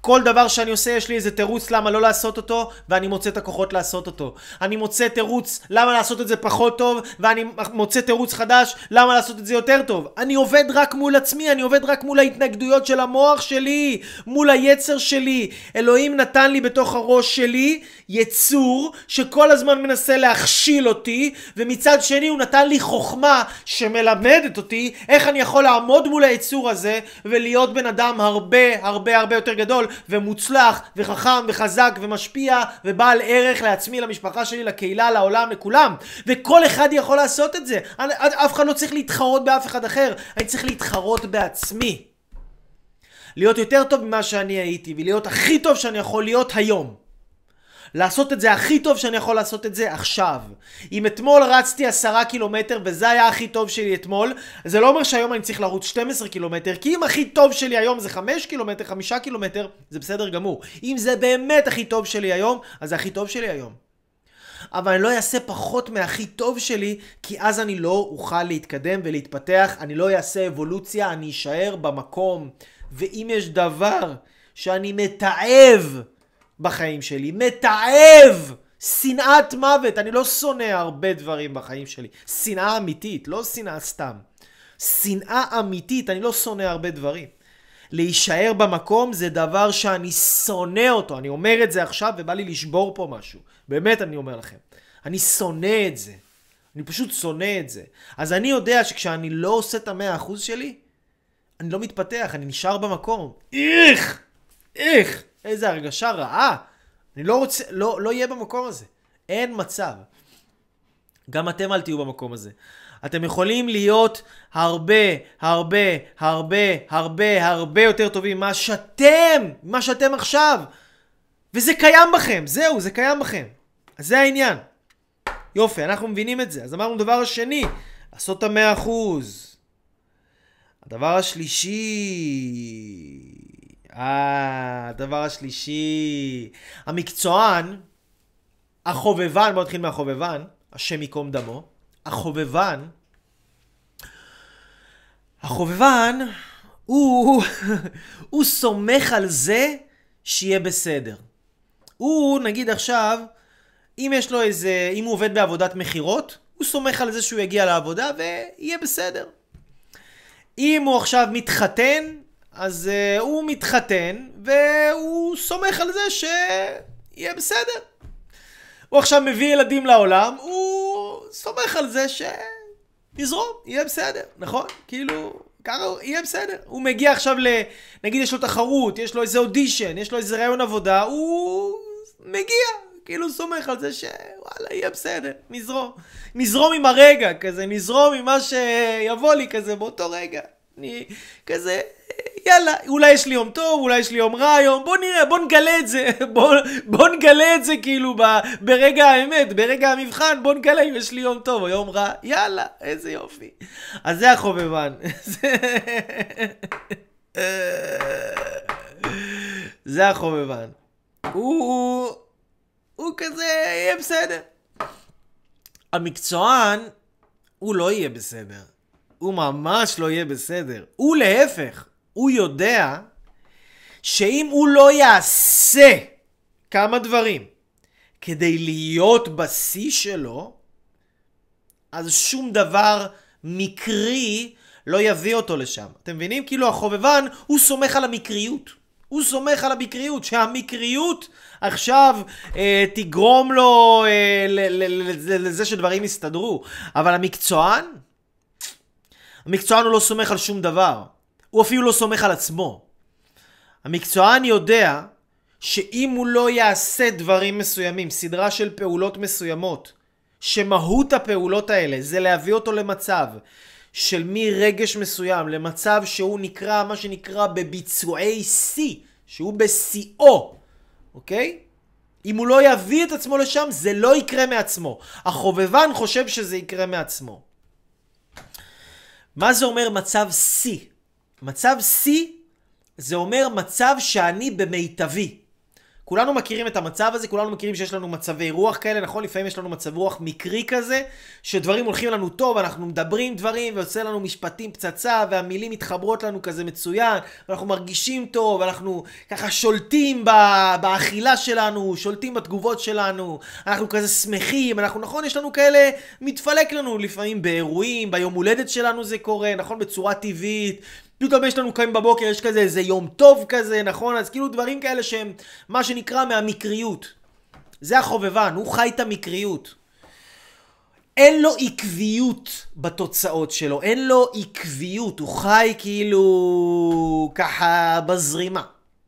כל דבר שאני עושה יש לי איזה תירוץ למה לא לעשות אותו, ואני מוצא את הכוחות לעשות אותו. אני מוצא תירוץ למה לעשות את זה פחות טוב, ואני מוצא תירוץ חדש למה לעשות את זה יותר טוב. אני עובד רק מול עצמי, אני עובד רק מול ההתנגדויות של המוח שלי, מול היצר שלי. אלוהים נתן לי בתוך הראש שלי יצור שכל הזמן מנסה להכשיל אותי, ומצד שני הוא נתן לי חוכמה שמלמדת אותי איך אני יכול לעמוד מול היצור הזה ולהיות בן אדם הרבה הרבה הרבה יותר גדול ומוצלח וחכם וחזק ומשפיע ובעל ערך לעצמי, למשפחה שלי, לקהילה, לעולם, לכולם. וכל אחד יכול לעשות את זה. אף אחד לא צריך להתחרות באף אחד אחר, אני צריך להתחרות בעצמי, להיות יותר טוב ממה שאני הייתי ולהיות הכי טוב שאני יכול להיות היום. לעשות את זה הכי טוב שאני יכול לעשות את זה עכשיו. אם אתמול רצתי 10 קילומטר וזה היה הכי טוב שלי אתמול, זה לא אומר שהיום אני צריך לרוץ 12 קילומטר, כי אם הכי טוב שלי היום זה 5 קילומטר, 5 קילומטר, זה בסדר גמור. אם זה באמת הכי טוב שלי היום, אז זה הכי טוב שלי היום. אבל אני לא אעשה פחות מהכי טוב שלי, כי אז אני לא אוכל להתקדם ולהתפתח, אני לא אעשה אבולוציה, אני אשאר במקום. ואם יש דבר שאני מתעב בחיים שלי, מתעב, שנאת מוות, אני לא שונא הרבה דברים בחיים שלי, שנאה אמיתית, לא שנאה סתם, שנאה אמיתית, אני לא שונא הרבה דברים. להישאר במקום זה דבר שאני שונא אותו, אני אומר את זה עכשיו ובא לי לשבור פה משהו, באמת אני אומר לכם, אני שונא את זה, אני פשוט שונא את זה. אז אני יודע שכשאני לא עושה את 100% שלי, אני לא מתפתח, אני נשאר במקום. איך, איזה הרגשה רעה. אני לא רוצה, לא יהיה במקום הזה. אין מצב. גם אתם אל תהיו במקום הזה. אתם יכולים להיות הרבה, הרבה, הרבה, הרבה, הרבה יותר טובים מה שאתם עכשיו. וזה קיים בכם, זהו, זה קיים בכם. אז זה העניין. יופי, אנחנו מבינים את זה. אז אמרנו דבר השני, לעשות את 100%. הדבר השלישי, המקצוען, החובבן, בוא נתחיל מהחובבן, השם יקום דמו, החובבן, הוא סומך על זה שיהיה בסדר. הוא, נגיד עכשיו, אם הוא עובד בעבודת מחירות, הוא סומך על זה שהוא יגיע לעבודה ויהיה בסדר. אם הוא עכשיו מתחתן, אז הוא מתחתן והוא סומך על זה שיהיה בסדר. הוא עכשיו מביא ילדים לעולם, הוא סומך על זה שיזרום, יהיה בסדר, נכון? כאילו, ככה יהיה בסדר. הוא מגיע עכשיו נגיד יש לו תחרות, יש לו איזה אודישן, יש לו איזה רעיון עבודה, הוא מגיע, כאילו סומך על זה שוואלה, יהיה בסדר, נזרום עם הרגע כזה, נזרום עם מה שיבוא לי כזה באותו רגע. כזה, יאללה, אולי יש לי יום טוב, אולי יש לי יום רע היום, בוא נראה, בוא נגלה את זה, בוא נגלה את זה כאילו ברגע האמת, ברגע המבחן, בוא נגלה אם יש לי יום טוב או יום רע, יאללה, איזה יופי. אז זה החובבן. זה החובבן. הוא כזה יהיה בסדר. המקצוען, הוא לא יהיה בסדר. הוא ממש לא יהיה בסדר. הוא להפך. הוא יודע שאם הוא לא יעשה כמה דברים כדי להיות בשיא שלו, אז שום דבר מקרי לא יביא אותו לשם. אתם מבינים? כאילו החובבן, הוא סומך על המקריות. הוא סומך על המקריות, שהמקריות עכשיו תגרום לו לזה שדברים יסתדרו. אבל המקצוען הוא לא סומך על שום דבר. הוא אפילו לא סומך על עצמו. המקצוען יודע שאם הוא לא יעשה דברים מסוימים, סדרה של פעולות מסוימות, שמהות הפעולות האלה זה להביא אותו למצב של מרגש מסוים, למצב שהוא נקרא, מה שנקרא בביצועי C, שהוא בשיאו, אוקיי? אם הוא לא יביא את עצמו לשם, זה לא יקרה מעצמו. החובבן חושב שזה יקרה מעצמו. מה זה אומר מצב C? מצב C זה אומר מצב שאני במיטבי. כולנו מכירים את המצב הזה, כולנו מכירים שיש לנו מצבי רוח כאלה, נכון? לפעמים יש לנו מצב רוח מקרי כזה, שדברים הולכים לנו טוב, אנחנו מדברים דברים, ועושה לנו משפטים פצצה, והמילים מתחברות לנו כזה מצוין, ואנחנו מרגישים טוב, אנחנו ככה שולטים באכילה שלנו, שולטים בתגובות שלנו, אנחנו כזה שמחים, אנחנו, נכון, יש לנו כאלה, מתפלק לנו לפעמים באירועים, ביום הולדת שלנו זה קורה, נכון? בצורה טבעית, פתאום יש לנו קיים בבוקר, יש כזה איזה יום טוב כזה, נכון? אז כאילו דברים כאלה שהם מה שנקרא מהמקריות. זה החובבן, הוא חי את המקריות. אין לו עקביות בתוצאות שלו, אין לו עקביות, הוא חי כאילו ככה בזרימה.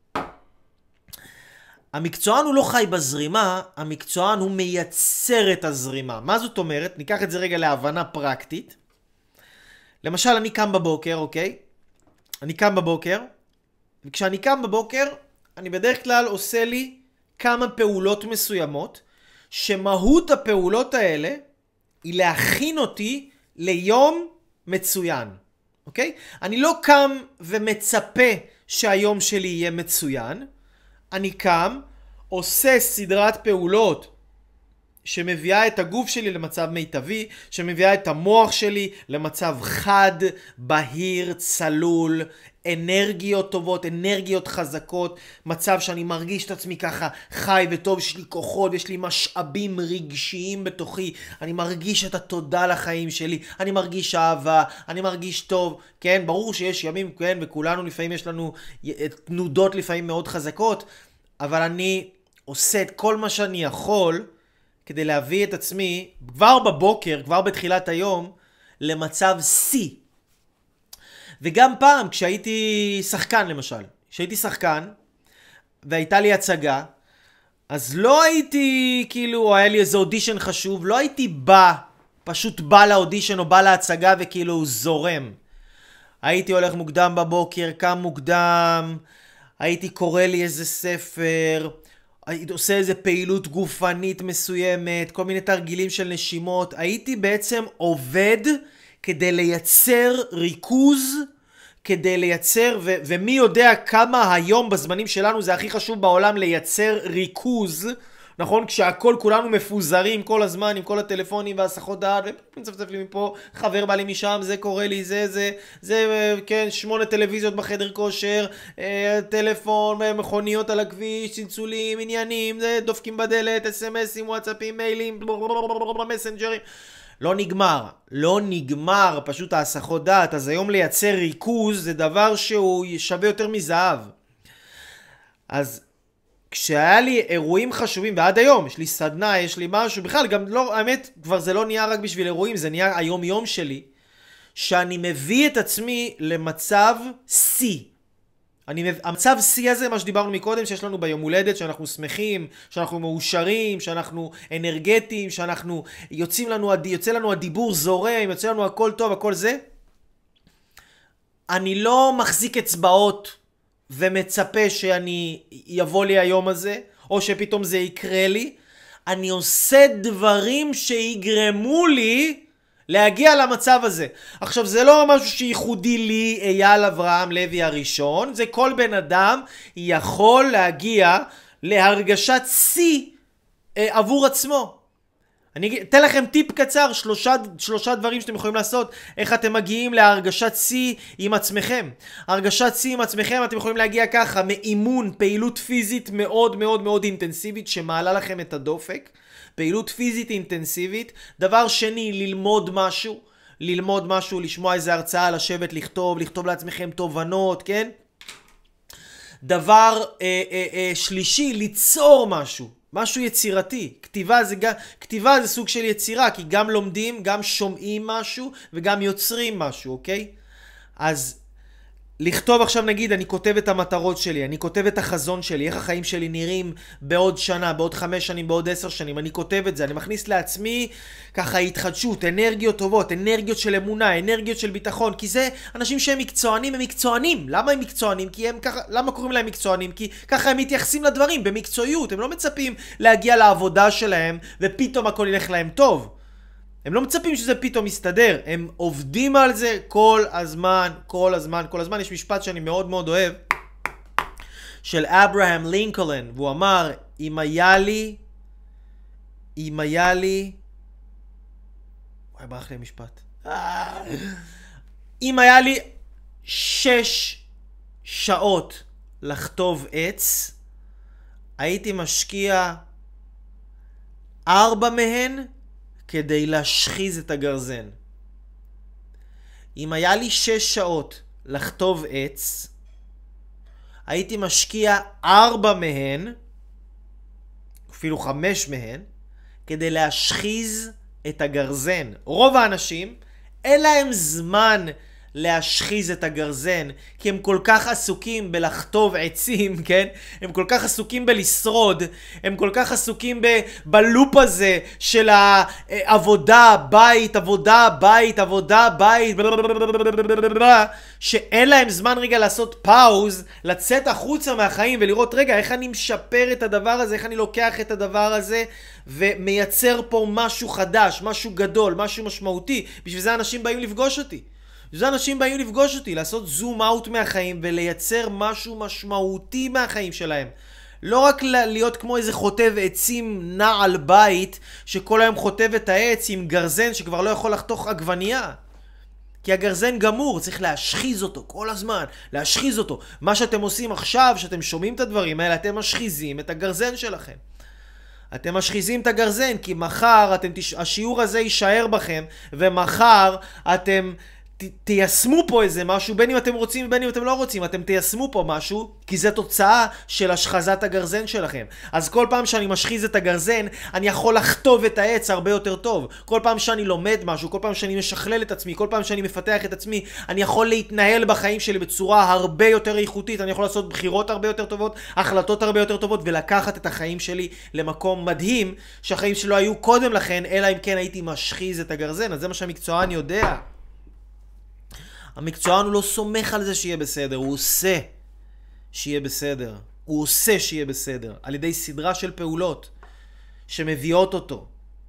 המקצוען הוא לא חי בזרימה, המקצוען הוא מייצר את הזרימה. מה זאת אומרת? ניקח את זה רגע להבנה פרקטית. למשל, אני קם בבוקר, אוקיי? אני קם בבוקר, וכשאני קם בבוקר, אני בדרך כלל עושה לי כמה פעולות מסוימות, שמהות הפעולות האלה היא להכין אותי ליום מצוין, אוקיי? אני לא קם ומצפה שהיום שלי יהיה מצוין, אני קם, עושה סדרת פעולות שמביאה את הגוף שלי למצב מיטבי, שמביאה את המוח שלי למצב חד, בהיר, צלול, אנרגיות טובות, אנרגיות חזקות, מצב שאני מרגיש את עצמי ככה חי וטוב, יש לי כוחות, יש לי משאבים רגשיים בתוכי, אני מרגיש את התודה לחיים שלי, אני מרגיש אהבה, אני מרגיש טוב, כן, ברור שיש ימים, כן, וכולנו לפעמים יש לנו תנודות לפעמים מאוד חזקות, אבל אני עושה את כל מה שאני יכול, כדי להביא את עצמי, כבר בבוקר, כבר בתחילת היום, למצב C. וגם פעם, כשהייתי שחקן למשל, כשהייתי שחקן, והייתה לי הצגה, אז לא הייתי, כאילו, היה לי איזה אודישן חשוב, לא הייתי פשוט בא לאודישן או בא להצגה וכאילו זורם. הייתי הולך מוקדם בבוקר, קם מוקדם, הייתי קורא לי איזה ספר, הייתי עושה איזה פעילות גופנית מסוימת, כל מיני תרגילים של נשימות. הייתי בעצם עובד כדי לייצר ריכוז, כדי לייצר, ומי יודע כמה היום בזמנים שלנו זה הכי חשוב בעולם לייצר ריכוז, נכון? כשהכל כולנו מפוזרים כל הזמן עם כל הטלפונים והסחות דעת, ומצפצף לי מפה, חבר בא לי משם, זה קורה לי, זה, כן, 8 טלוויזיות בחדר כושר, טלפון, מכוניות על הכביש, צלצולים, עניינים, דופקים בדלת, אס-אמסים, וואטסאפים, מיילים, מסנג'רים. לא נגמר פשוט ההסחות דעת. אז היום לייצר ריכוז זה דבר שהוא שווה יותר מזהב. אז כשהיה לי אירועים חשובים, ועד היום יש לי סדנה, יש לי משהו, בכלל גם לא, האמת כבר זה לא נהיה רק בשביל אירועים, זה נהיה היום יום שלי, שאני מביא את עצמי למצב C. המצב C הזה, מה שדיברנו מקודם, שיש לנו ביום הולדת, שאנחנו שמחים, שאנחנו מאושרים, שאנחנו אנרגטיים, שאנחנו יוצא לנו הדיבור זורם, יוצא לנו הכל טוב, הכל זה. אני לא מחזיק אצבעות ומצפה שאני יבוא לי היום הזה, או שפתאום זה יקרה לי. אני עושה דברים שיגרמו לי להגיע למצב הזה. עכשיו, זה לא משהו שייחודי לי, אייל אברהם לוי הראשון, זה כל בן אדם יכול להגיע להרגשת C עבור עצמו. אני אתן לכם טיפ קצר, שלושה דברים שאתם יכולים לעשות, איך אתם מגיעים להרגשת C עם עצמכם. הרגשת C עם עצמכם אתם יכולים להגיע ככה, מאימון, פעילות פיזית מאוד מאוד מאוד אינטנסיבית שמעלה לכם את הדופק. פעילות פיזית אינטנסיבית. דבר שני, ללמוד משהו, לשמוע איזה הרצאה, לשבת, לכתוב לעצמכם תובנות, כן? דבר שלישי, ליצור משהו יצירתי. כתיבה זה סוג של יצירה, כי גם לומדים, גם שומעים משהו וגם יוצרים משהו, אוקיי? אז לכתוב עכשיו, נגיד, אני כותב את המטרות שלי, אני כותב את החזון שלי, איך החיים שלי נראים בעוד שנה, בעוד 5 שנים, בעוד 10 שנים, אני כותב את זה, אני מכניס לעצמי ככה התחדשות, אנרגיות טובות, אנרגיות של אמונה, אנרגיות של ביטחון, כי זה אנשים שהם מקצוענים, הם מקצוענים. למה הם מקצוענים? כי הם ככה, למה קוראים להם מקצוענים? כי ככה הם מתייחסים לדברים, במקצועיות, הם לא מצפים להגיע לעבודה שלהם ופתאום הכל ילך להם טוב. הם לא מצפים שזה פתאום מסתדר, הם עובדים על זה כל הזמן. יש משפט שאני מאוד מאוד אוהב, של אברהם לינקולן, והוא אמר, אם היה לי, וואי, ברח לי המשפט. אם היה לי 6 שעות לכתוב עץ, הייתי משקיע 4 מהן כדי להשחיז את הגרזן. אם היה לי 6 שעות לכתוב עץ, הייתי משקיע 4 מהן, אפילו 5 מהן, כדי להשחיז את הגרזן. רוב האנשים אין להם זמן להשחיז את הגרזן, כי הם כל כך עסוקים בלכתוב עצים, כן? הם כל כך עסוקים בלשרוד, הם כל כך עסוקים בלופ הזה של העבודה, בית, עבודה, בית, עבודה, בית, שאין להם זמן רגע לעשות פאוז, לצאת החוצה מהחיים ולראות, רגע, איך אני משפר את הדבר הזה, איך אני לוקח את הדבר הזה ומייצר פה משהו חדש, משהו גדול, משהו משמעותי. בשביל זה אנשים באים לפגוש אותי. זה אנשים באים לפגוש אותי, לעשות זום אאוט מהחיים ולייצר משהו משמעותי מהחיים שלהם. לא רק להיות כמו איזה חוטב עצים נע על בית, שכל היום חוטב את העץ עם גרזן שכבר לא יכול לחתוך עגבנייה. כי הגרזן גמור, צריך להשחיז אותו כל הזמן, להשחיז אותו. מה שאתם עושים עכשיו, שאתם שומעים את הדברים האלה, אתם משחיזים את הגרזן שלכם. אתם משחיזים את הגרזן, כי מחר השיעור הזה יישאר בכם, ומחר אתם תיישמו פה איזה משהו, בין אם אתם רוצים ובין אם אתם לא רוצים, אתם תיישמו פה משהו, כי זה תוצאה של השחזת הגרזן שלכם. אז כל פעם שאני משחיז את הגרזן, אני יכול לכתוב את העץ הרבה יותר טוב. כל פעם שאני לומד משהו, כל פעם שאני משכלל את עצמי, כל פעם שאני מפתח את עצמי, אני יכול להתנהל בחיים שלי בצורה הרבה יותר איכותית, אני יכול לעשות בחירות הרבה יותר טובות, החלטות הרבה יותר טובות, ולקחת את החיים שלי למקום מדהים, שהחיים שלו היו קודם לכן, אלא אם כן הייתי משחיז את הגרזן. אז זה מה שהמקצוען יודע. המקצוען הוא לא סומך על זה שיהיה בסדר, הוא עושה שיהיה בסדר. הוא עושה שיהיה בסדר, על ידי סדרה של פעולות שמביאות אותו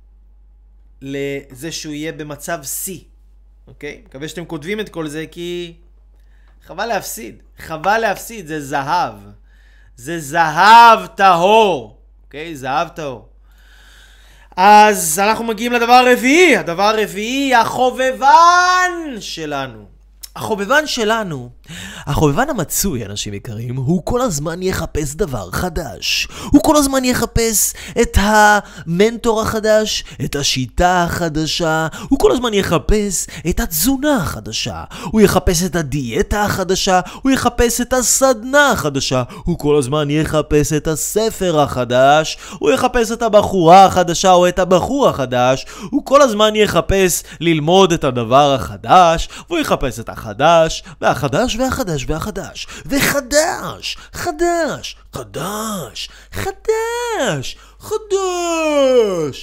לזה שהוא יהיה במצב C. אוקיי? מקווה שאתם כותבים את כל זה, כי חבל להפסיד. חבל להפסיד, זה זהב. זה זהב טהור. אוקיי? זהב טהור. אז אנחנו מגיעים לדבר הרביעי. הדבר הרביעי, החובבן שלנו. החובבן שלנו, החובבן המצוי, אנשים יקרים, הוא כל הזמן יחפש דבר חדש. הוא כל הזמן יחפש את המנטור החדש, את השיטה החדשה. הוא כל הזמן יחפש את התזונה החדשה. הוא יחפש את הדיאטה החדשה. הוא יחפש את הסדנה החדשה. הוא כל הזמן יחפש את הספר החדש. הוא יחפש את הבחורה החדשה או את הבחור החדש. הוא כל הזמן יחפש ללמוד את הדבר החדש. והוא יחפש את החדש, והחדש, והחדש, והחדש, וחדש, חדש, חדש, חדש, חדש,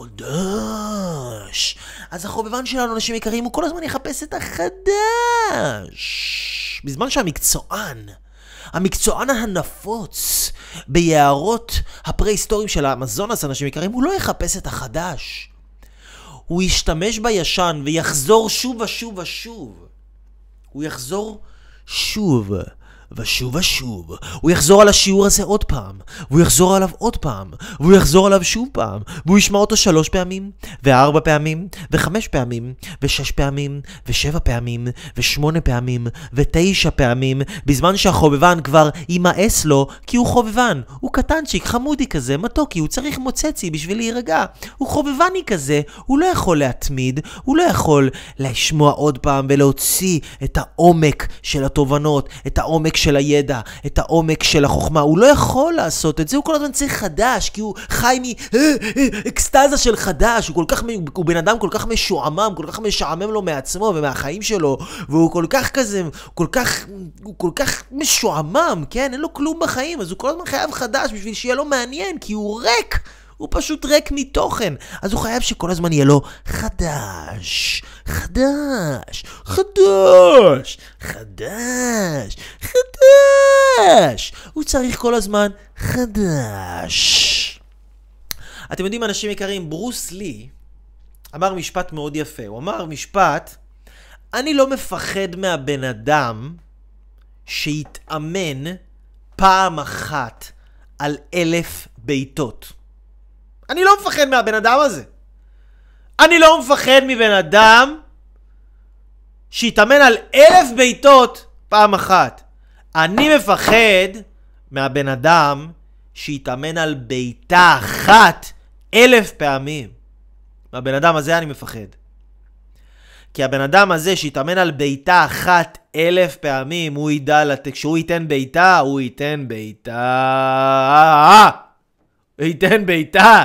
חדש. אז החובבן שלנו, אנשים יקרים, הוא כל הזמן יחפש את החדש. בזמן המקצוען הנפוץ ביערות הפרה-היסטוריים של האמזונס, אנשים יקרים, הוא לא יחפש את החדש. הוא ישתמש בישן ויחזור שוב ושוב ושוב. הוא יחזור שוב ושוב ושוב. הוא יחזור על השיעור הזה עוד פעם, והוא יחזור עליו עוד פעם, והוא יחזור עליו שוב פעם, והוא ישמע אותו 3 פעמים, ו4 פעמים, ו5 פעמים, ו6 פעמים, ו7 פעמים, ו8 פעמים, ו9 פעמים, בזמן שהחובבן כבר יימאס לו, כי הוא חובבן. הוא קטנצ'יק, חמודי כזה, מתוקי, הוא צריך מוצצי בשביל להירגע. הוא חובבני כזה, הוא לא יכול להתמיד, הוא לא יכול לשמוע עוד פעם ולהוציא את העומק של התובנות, את העומק של הידע, את העומק של החוכמה. הוא לא יכול לעשות את זה, הוא כל הזמן צריך חדש, כי הוא חי מאקסטאזה של חדש. הוא בן אדם כל כך משועמם, כל כך משעמם לו מעצמו ומהחיים שלו, והוא כל כך כזה, הוא כל כך משועמם, כן? אין לו כלום בחיים, אז הוא כל הזמן חייב חדש בשביל שיהיה לו מעניין, כי הוא ריק. הוא פשוט ריק מתוכן. אז הוא חייב שכל הזמן יהיה לו חדש, חדש, חדש, חדש, חדש. הוא צריך כל הזמן חדש. אתם יודעים, אנשים יקרים, ברוס לי אמר משפט מאוד יפה. הוא אמר משפט, אני לא מפחד מהבן אדם שיתאמן פעם אחת על 1,000 בעיטות. אני לא מפחד מהבן אדם הזה. אני לא מפחד מבן אדם שיתאמן על 1,000 בעיטות פעם אחת. אני מפחד מהבן אדם שיתאמן על בעיטה אחת 1,000 פעמים. מהבן אדם הזה אני מפחד. כי הבן אדם הזה שיתאמן על בעיטה אחת 1,000 פעמים, הוא ידע כשהוא ייתן בעיטה, הוא ייתן בעיטה. הוא ייתן בעיטה.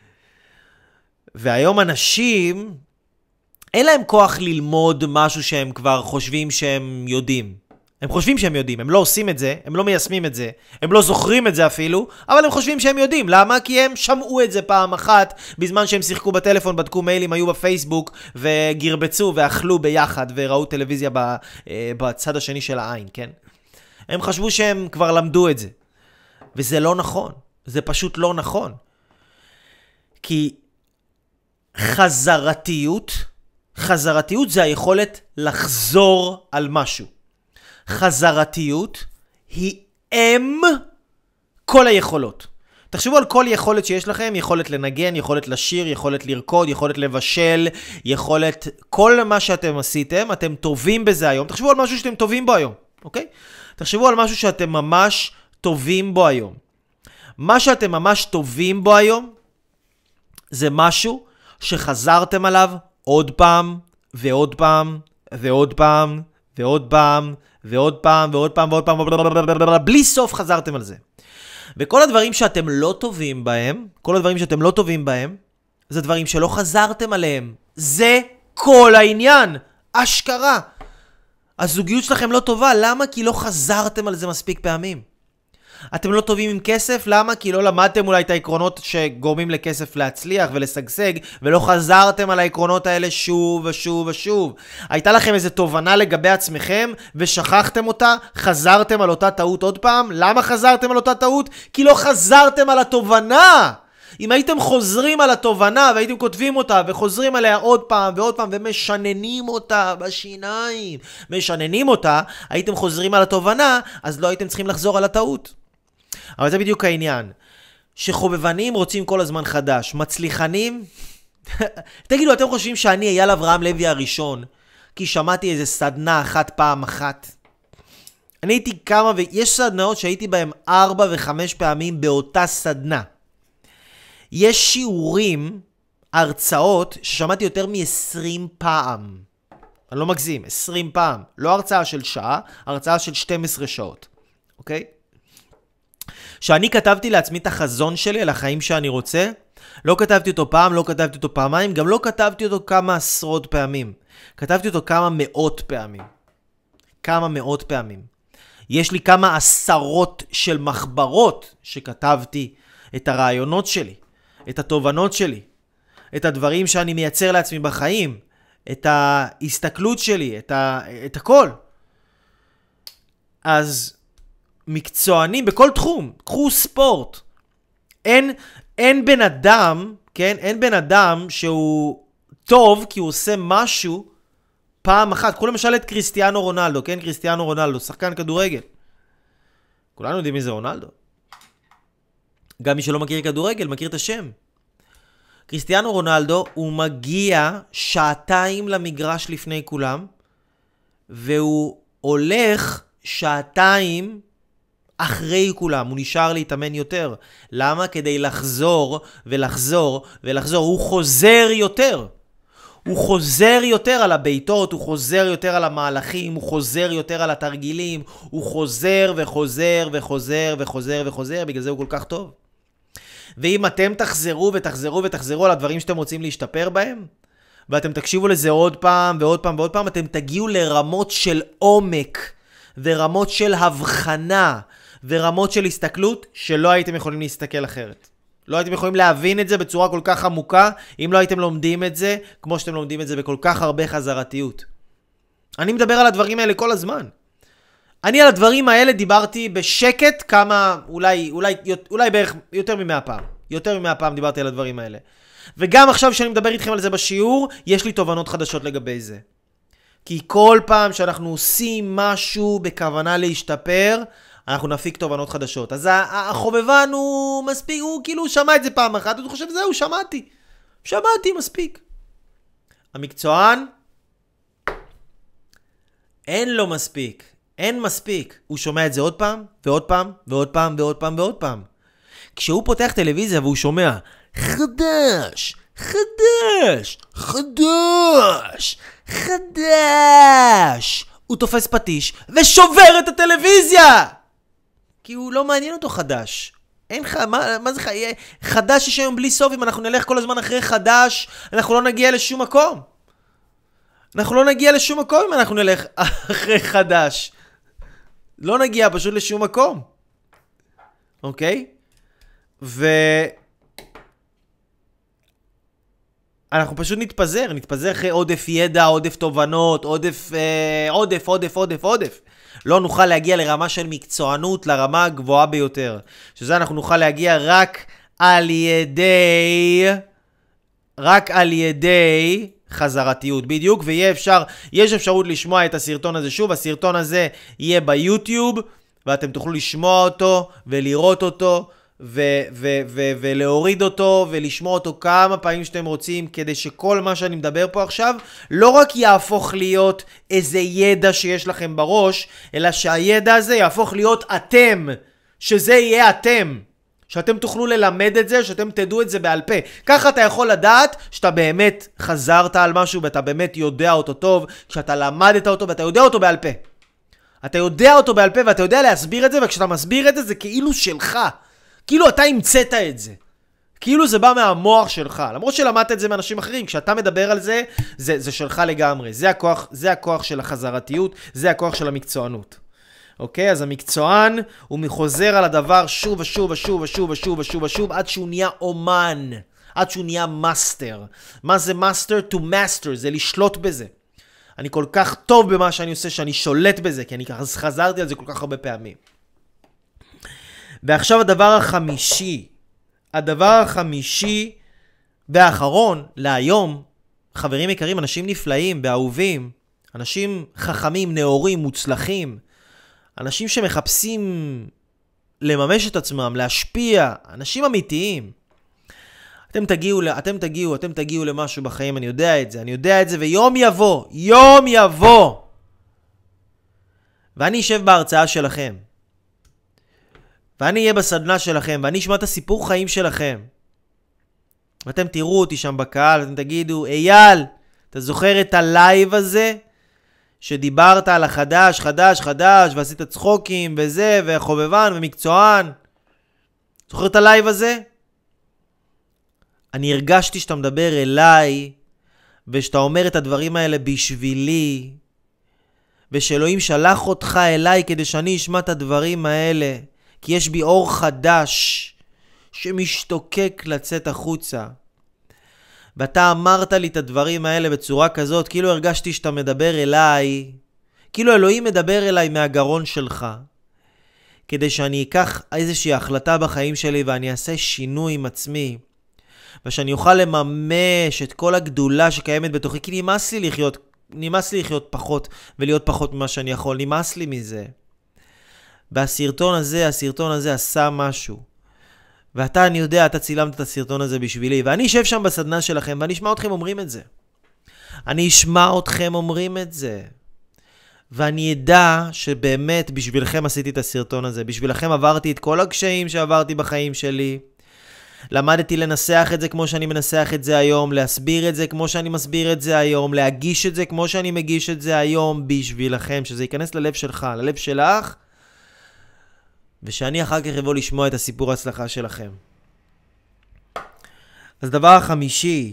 והיום אנשים, אין להם כוח ללמוד משהו שהם כבר חושבים שהם יודעים. הם חושבים שהם יודעים, הם לא עושים את זה, הם לא מיישמים את זה, הם לא זוכרים את זה אפילו, אבל הם חושבים שהם יודעים. למה? כי הם שמעו את זה פעם אחת, בזמן שהם שיחקו בטלפון, בדקו מיילים, היו בפייסבוק, וגרבצו ואכלו ביחד, וראו טלוויזיה בצד השני של העין, כן? הם חשבו שהם כבר למדו את זה. וזה לא נכון. זה פשוט לא נכון. כי חזרתיות זה היכולת לחזור על משהו. חזרתיות היא כל היכולות. תחשבו על כל יכולת שיש לכם, יכולת לנגן, יכולת לשיר, יכולת לרקוד, יכולת לבשל, יכולת, כל מה שאתם עשיתם, אתם טובים בזה היום. תחשבו על משהו שאתם טובים בו היום, אוקיי? תחשבו על משהו שאתם ממש טובים בו היום. מה שאתם ממש טובים בו היום, זה משהו שחזרתם עליו עוד פעם, ועוד פעם, ועוד פעם, ועוד פעם, ועוד פעם, ועוד פעם, ועוד פעם, בלי סוף חזרתם על זה. וכל הדברים שאתם לא טובים בהם, זה דברים שלא חזרתם עליהם. זה כל העניין. אשכרה. הזוגיות שלכם לא טובה. למה? כי לא חזרתם על זה מספיק פעמים. אתם לא טובים עם כסף, למה? כי לא למדתם אולי את העקרונות שגורמים לכסף להצליח ולשגשג, ולא חזרתם על העקרונות האלה שוב ושוב ושוב. הייתה לכם איזו תובנה לגבי עצמכם, ושכחתם אותה, חזרתם על אותה טעות עוד פעם. למה חזרתם על אותה טעות? כי לא חזרתם על התובנה. אם הייתם חוזרים על התובנה, והייתם כותבים אותה, וחוזרים עליה עוד פעם ועוד פעם, ומשננים אותה בשיניים, הייתם חוזרים על התובנה, אז לא הייתם צריכים לחזור על הטעות. אבל זה בדיוק העניין. שחובבנים רוצים כל הזמן חדש. מצליחנים? תגידו, אתם חושבים שאני אייל אברהם לוי הראשון, כי שמעתי איזה סדנה אחת פעם אחת? אני הייתי כמה, ויש סדנאות שהייתי בהם 4 ו5 פעמים באותה סדנה. יש שיעורים, הרצאות, ששמעתי יותר מ-20 פעם. אני לא מגזים, 20 פעם. לא הרצאה של שעה, הרצאה של 12 שעות. אוקיי? שאני כתבתי לעצמי את החזון שלי על החיים שאני רוצה, לא כתבתי אותו פעם, לא כתבתי אותו פעמיים, גם לא כתבתי אותו כמה עשרות פעמים. כתבתי אותו כמה מאות פעמים. יש לי כמה עשרות של מחברות שכתבתי את הרעיונות שלי, את התובנות שלי, את הדברים שאני מייצר לעצמי בחיים, את ההסתכלות שלי, את הכל. אז מקצוענים בכל תחום, קחו ספורט. אין בן אדם, כן? אין בן אדם שהוא טוב כי הוא עושה משהו פעם אחת. קחו למשל את קריסטיאנו רונלדו, כן? קריסטיאנו רונלדו, שחקן כדורגל. כולנו יודעים מי זה רונלדו. גם מי שלא מכיר כדורגל, מכיר את השם. קריסטיאנו רונלדו, הוא מגיע 2 למגרש לפני כולם, והוא הולך 2 אחרי כולם. הוא נשאר להתאמן יותר. למה? כדי לחזור ולחזור ולחזור. הוא חוזר יותר. הוא חוזר יותר על הביתות, הוא חוזר יותר על המהלכים, הוא חוזר יותר על התרגילים, הוא חוזר וחוזר וחוזר וחוזר וחוזר, בגלל זה הוא כל כך טוב. ואם אתם תחזרו ותחזרו ותחזרו על הדברים שאתם רוצים להשתפר בהם, ואתם תקשיבו לזה עוד פעם ועוד פעם ועוד פעם, אתם תגיעו לרמות של עומק, ורמות של הבחנה, ורמות של הסתכלות, שלא הייתם יכולים להסתכל אחרת. לא הייתם יכולים להבין את זה בצורה כל כך עמוקה, אם לא הייתם לומדים את זה, כמו שאתם לומדים את זה בכל כך הרבה חזרתיות. אני מדבר על הדברים האלה כל הזמן. אני על הדברים האלה דיברתי בשקט כמה, אולי בערך יותר מ100 פעם. יותר מ100 פעם דיברתי על הדברים האלה. וגם עכשיו שאני מדבר איתכם על זה בשיעור, יש לי תובנות חדשות לגבי זה. כי כל פעם שאנחנו עושים משהו בכוונה להשתפר, אנחנו נפיק תובנות חדשות. אז החובבן הוא מספיק, הוא כאילו שמע את זה פעם אחת, הוא חושב, זהו, שמעתי מספיק. המקצוען, אין לו מספיק, אין מספיק. הוא שומע את זה עוד פעם, ועוד פעם, ועוד פעם, ועוד פעם, ועוד פעם. כשהוא פותח טלוויזיה והוא שומע, חדש, חדש, חדש, חדש, הוא תופס פטיש ושובר את הטלוויזיה! כי הוא לא מעניין אותו חדש. אין מה זה חדש יש היום בלי סוף. אם אנחנו נלך כל הזמן אחרי חדש, אנחנו לא נגיע לשום מקום. אנחנו לא נגיע לשום מקום אם אנחנו נלך אחרי חדש. לא נגיע פשוט לשום מקום. אוקיי? אנחנו פשוט נתפזר אחרי עודף ידע, עודף תובנות, עודף. לא נוכל להגיע לרמה של מקצוענות, לרמה הגבוהה ביותר. שזה אנחנו נוכל להגיע רק על ידי חזרתיות, בדיוק, יש אפשרות לשמוע את הסרטון הזה שוב. הסרטון הזה יהיה ביוטיוב, ואתם תוכלו לשמוע אותו ולראות אותו ולהוריד אותו ולשמוע אותו כמה פעמים שאתם רוצים, כדי שכל מה שאני מדבר פה עכשיו לא רק יהפוך להיות איזה ידע שיש לכם בראש, אלא שהידע הזה יהפוך להיות אתם, שזה יהיה אתם, שאתם תוכלו ללמד את זה, שאתם תדעו את זה בעל פה. ככה אתה יכול לדעת שאתה באמת חזרת על משהו ואתה באמת יודע אותו טוב, כשאתה למדת אותו ואתה יודע אותו בעל פה. אתה יודע אותו בעל פה ואתה יודע להסביר את זה, וכשאתה מסביר את זה זה כאילו שלך, כאילו אתה המצאת את זה, כאילו זה בא מהמוח שלך, למרות שלמדת את זה מאנשים אחרים. כשאתה מדבר על זה, זה שלך לגמרי. זה הכוח של החזרתיות, זה הכוח של המקצוענות. אוקיי? אז המקצוען הוא מחוזר על הדבר שוב ושוב ושוב ושוב ושוב ושוב ושוב עד שהוא נהיה אומן, עד שהוא נהיה מאסטר. מה זה מאסטר? To master, זה לשלוט בזה. אני כל כך טוב במה שאני עושה שאני שולט בזה, כי אני חזרתי על זה כל כך הרבה פעמים. ועכשיו הדבר החמישי והאחרון להיום, חברים יקרים, אנשים נפלאים ואהובים, אנשים חכמים, נאורים, מוצלחים, אנשים שמחפשים לממש את עצמם, להשפיע, אנשים אמיתיים. אתם תגיעו למשהו בחיים, אני יודע את זה, ויום יבוא, ואני אשב בהרצאה שלכם, ואני אהיה בסדנה שלכם, ואני אשמע את הסיפור חיים שלכם. ואתם תראו אותי שם בקהל, ואתם תגידו, אייל, אתה זוכר את הלייב הזה? שדיברת על החדש, ועשית צחוקים וזה, וחובבן ומקצוען. זוכר את הלייב הזה? אני הרגשתי שאתה מדבר אליי, ושאתה אומר את הדברים האלה בשבילי, ושאלוהים שלח אותך אליי כדי שאני אשמע את הדברים האלה. כי יש בי אור חדש שמשתוקק לצאת החוצה. ואתה אמרת לי את הדברים האלה בצורה כזאת, כאילו הרגשתי שאתה מדבר אליי, כאילו אלוהים מדבר אליי מהגרון שלך, כדי שאני אקח איזושהי החלטה בחיים שלי ואני אעשה שינוי עם עצמי, ושאני אוכל לממש את כל הגדולה שקיימת בתוכי, כי נמאס לי לחיות פחות ולהיות פחות ממה שאני יכול, נמאס לי מזה. והסרטון הזה עשה משהו. ואתה, אני יודע, אתה צילמת את הסרטון הזה בשבילי, ואני אשב שם בסדנה שלכם, ואני אשמע אתכם אומרים את זה. ואני אדע שבאמת בשבילכם עשיתי את הסרטון הזה, בשבילכם עברתי את כל הקשיים שעברתי בחיים שלי, למדתי לנסח את זה כמו שאני מנסח את זה היום, להסביר את זה כמו שאני מסביר את זה היום, להגיש את זה כמו שאני מגיש את זה היום, בשבילכם, שזה ייכנס ללב שלך, ללב שלך, ושאני אחר כך אבוא לשמוע את הסיפור ההצלחה שלכם. אז דבר החמישי,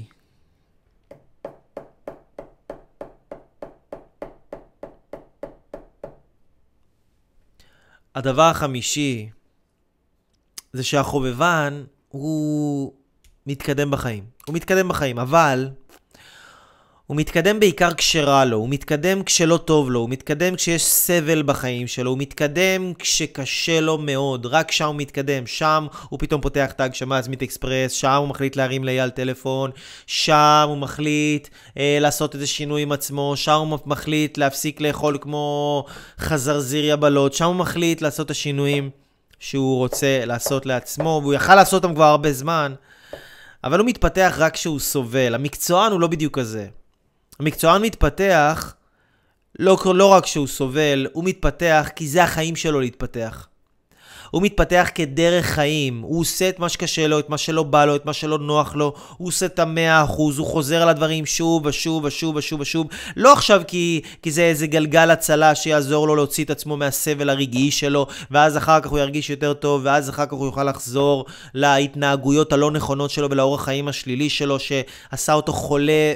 זה שהחובבן הוא מתקדם בחיים. אבל הוא מתקדם בעיקר כשרע לו, הוא מתקדם כשלא טוב לו, הוא מתקדם כשיש סבל בחיים שלו, הוא מתקדם כשקשה לו מאוד, רק שם הוא מתקדם, שם הוא פתאום פותח את ההגשמה העצמית אקספרס, שם הוא מחליט להרים לאייל טלפון, שם הוא מחליט לעשות איזה שינוי עם עצמו, שם הוא מחליט להפסיק לאכול כמו חזרזיר יבלות, שם הוא מחליט לעשות את השינויים שהוא רוצה לעשות לעצמו, והוא יכל לעשות אותם כבר הרבה זמן, אבל הוא מתפתח רק כשהוא סובל. המקצוען הוא לא בדיוק כזה. המקצוען מתפתח לא רק כשהוא סובל, הוא מתפתח כי זה החיים שלו להתפתח. הוא מתפתח כדרך חיים, הוא עושה את מה שקשה לו, את מה שלא בא לו, את מה שלא נוח לו, הוא עושה את 100%, הוא חוזר על הדברים שוב ושוב ושוב ושוב ושוב, לא עכשיו כי זה איזה גלגל הצלה שיעזור לו להוציא את עצמו מהסבל הרגעי שלו, ואז אחר כך הוא ירגיש יותר טוב, ואז אחר כך הוא יוכל לחזור להתנהגויות הלא נכונות שלו ולאורח החיים השלילי שלו שעשה אותו חולה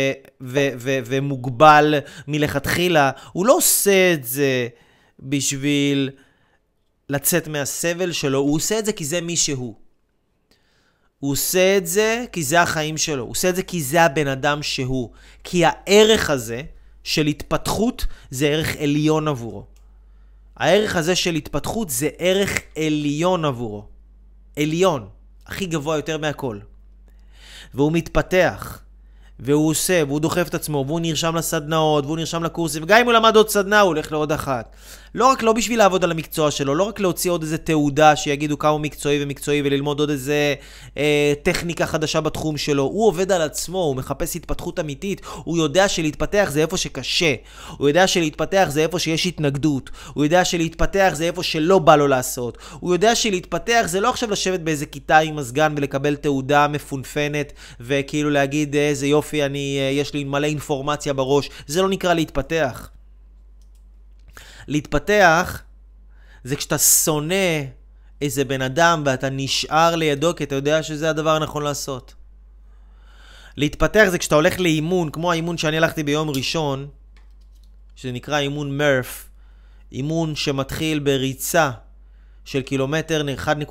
ומוגבל מלכתחילה. הוא לא עושה את זה בשביל לצאת מהסבל שלו, הוא עושה את זה כי זה מי שהוא. הוא עושה את זה כי זה החיים שלו, הוא עושה את זה כי זה הבן אדם שהוא. כי הערך הזה של התפתחות זה ערך עליון עבורו. הערך הזה של התפתחות זה ערך עליון עבורו. עליון, הכי גבוה יותר מהכל. והוא מתפתח, והוא עושה, והוא דוחף את עצמו, והוא נרשם לסדנאות, והוא נרשם לקורסים, וגם אם הוא למד עוד סדנה, הוא הולך לעוד אחת. לא בשביל לעבוד על המקצוע שלו, לא רק להוציא עוד איזה תעודה שיגידו כמה מקצועי וללמוד עוד איזה טכניקה חדשה בתחום שלו. הוא עובד על עצמו, הוא מחפש התפתחות אמיתית, הוא יודע שלהתפתח זה איפה שקשה, הוא יודע שלהתפתח זה איפה שיש התנגדות, הוא יודע שלהתפתח זה איפה שלא בא לו לעשות, הוא יודע שלהתפתח זה לא עכשיו לשבת באיזה כיתה עם מזגן ולקבל תעודה מפונפנת וכאילו להגיד איזה יופי, יש לי מלא אינפורמציה בראש. זה לא נקרא להתפתח. להתפתח זה כשאתה שונא איזה בן אדם ואתה נשאר לידו כי אתה יודע שזה הדבר הנכון לעשות. להתפתח זה כשאתה הולך לאימון, כמו האימון שאני הלכתי ביום ראשון, שזה נקרא אימון מרף, אימון שמתחיל בריצה של קילומטר 1.6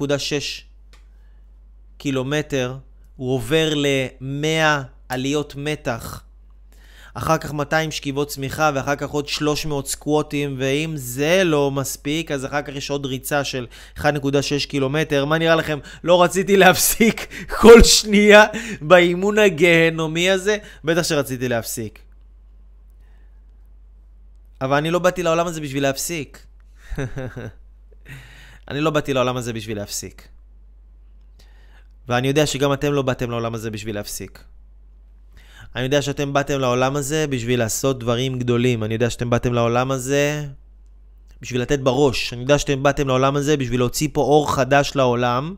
קילומטר, הוא עובר ל100 עליות מתח, אחר כך 200 שכיבות צמיחה, ואחר כך עוד 300 סקווטים, ואם זה לא מספיק, אז אחר כך יש עוד ריצה של 1.6 קילומטר. מה נראה לכם? לא רציתי להפסיק כל שנייה באימון הגהנומי הזה? בטח שרציתי להפסיק. אבל אני לא באתי לעולם הזה בשביל להפסיק. אני לא באתי לעולם הזה בשביל להפסיק. ואני יודע שגם אתם לא באתם לעולם הזה בשביל להפסיק. אני יודע שאתם באתם לעולם הזה בשביל לעשות דברים גדולים. אני יודע שאתם באתם לעולם הזה בשביל לתת בראש. אני יודע שאתם באתם לעולם הזה בשביל להוציא פה אור חדש לעולם,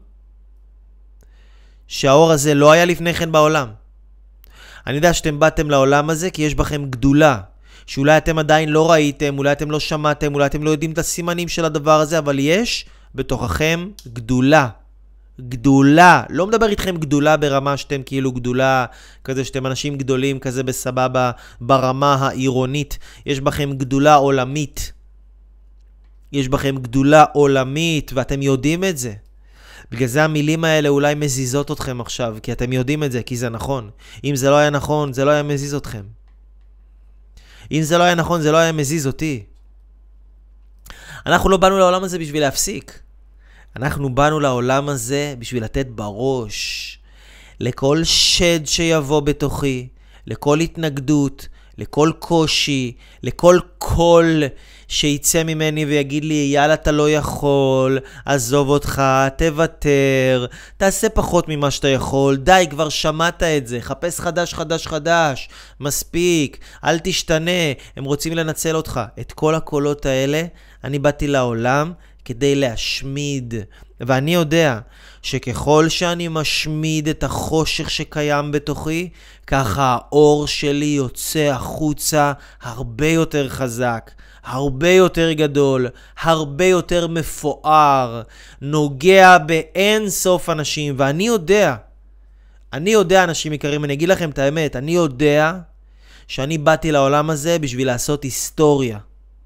שהאור הזה לא היה לפני כן בעולם. אני יודע שאתם באתם לעולם הזה כי יש בכם גדולה, שאולי אתם עדיין לא ראיתם, אולי אתם לא שמעתם, אולי אתם לא יודעים את הסימנים של הדבר הזה, אבל יש בתוככם גדולה. גדולה, לא מדבר איתכם גדולה ברמה שאתם כאילו גדולה, כזה שאתם אנשים גדולים כזה בסבבה ברמה העירונית. יש בכם גדולה עולמית. יש בכם גדולה עולמית ואתם יודעים את זה. בגלל זה המילים האלה אולי מזיזות אתכם עכשיו, כי אתם יודעים את זה, כי זה נכון. אם זה לא היה נכון, זה לא היה מזיז אתכם. אם זה לא היה נכון, זה לא היה מזיז אותי. אנחנו לא באנו לעולם הזה בשביל להפסיק. אנחנו באנו לעולם הזה בשביל לתת בראש לכל שד שיבוא בתוכי, לכל התנגדות, לכל קושי, לכל קול שיצא ממני ויגיד לי, יאללה אתה לא יכול, עזוב אותך, תוותר, תעשה פחות ממה שאתה יכול, די כבר שמעת את זה, חפש חדש, מספיק, אל תשתנה, הם רוצים לנצל אותך. את כל הקולות האלה אני באתי לעולם כדי להשמיד, ואני יודע שככל שאני משמיד את החושך שקיים בתוכי, ככה האור שלי יוצא החוצה הרבה יותר חזק, הרבה יותר גדול, הרבה יותר מפואר, נוגע באין סוף אנשים. ואני יודע אנשים יקרים, אני אגיד לכם את האמת, אני יודע שאני באתי לעולם הזה בשביל לעשות היסטוריה.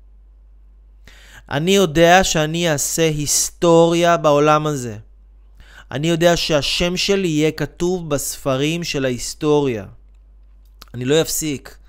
אני יודע שאני אעשה היסטוריה בעולם הזה. אני יודע שהשם שלי יהיה כתוב בספרים של ההיסטוריה. אני לא אפסיק.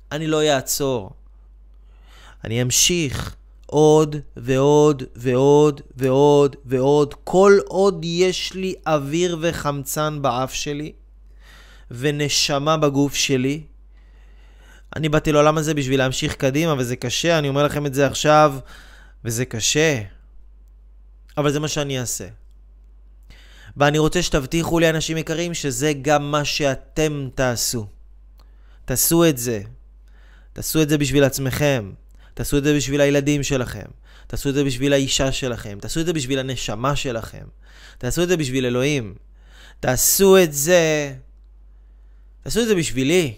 אני לא אעצור. אני אמשיך עוד ועוד ועוד ועוד ועוד. כל עוד יש לי אוויר וחמצן באף שלי, ונשמה בגוף שלי, אני באתי לעולם הזה בשביל להמשיך קדימה, וזה קשה, אני אומר לכם את זה עכשיו, וזה קשה. אבל זה מה שאני אעשה. ואני רוצה שתבטיחו לי, אנשים יקרים, שזה גם מה שאתם תעשו. תעשו את זה. תעשו את זה בשביל עצמכם. תעשו את זה בשביל הילדים שלכם. תעשו את זה בשביל האישה שלכם. תעשו את זה בשביל הנשמה שלכם. תעשו את זה בשביל אלוהים. תעשו את זה. תעשו את זה בשבילי.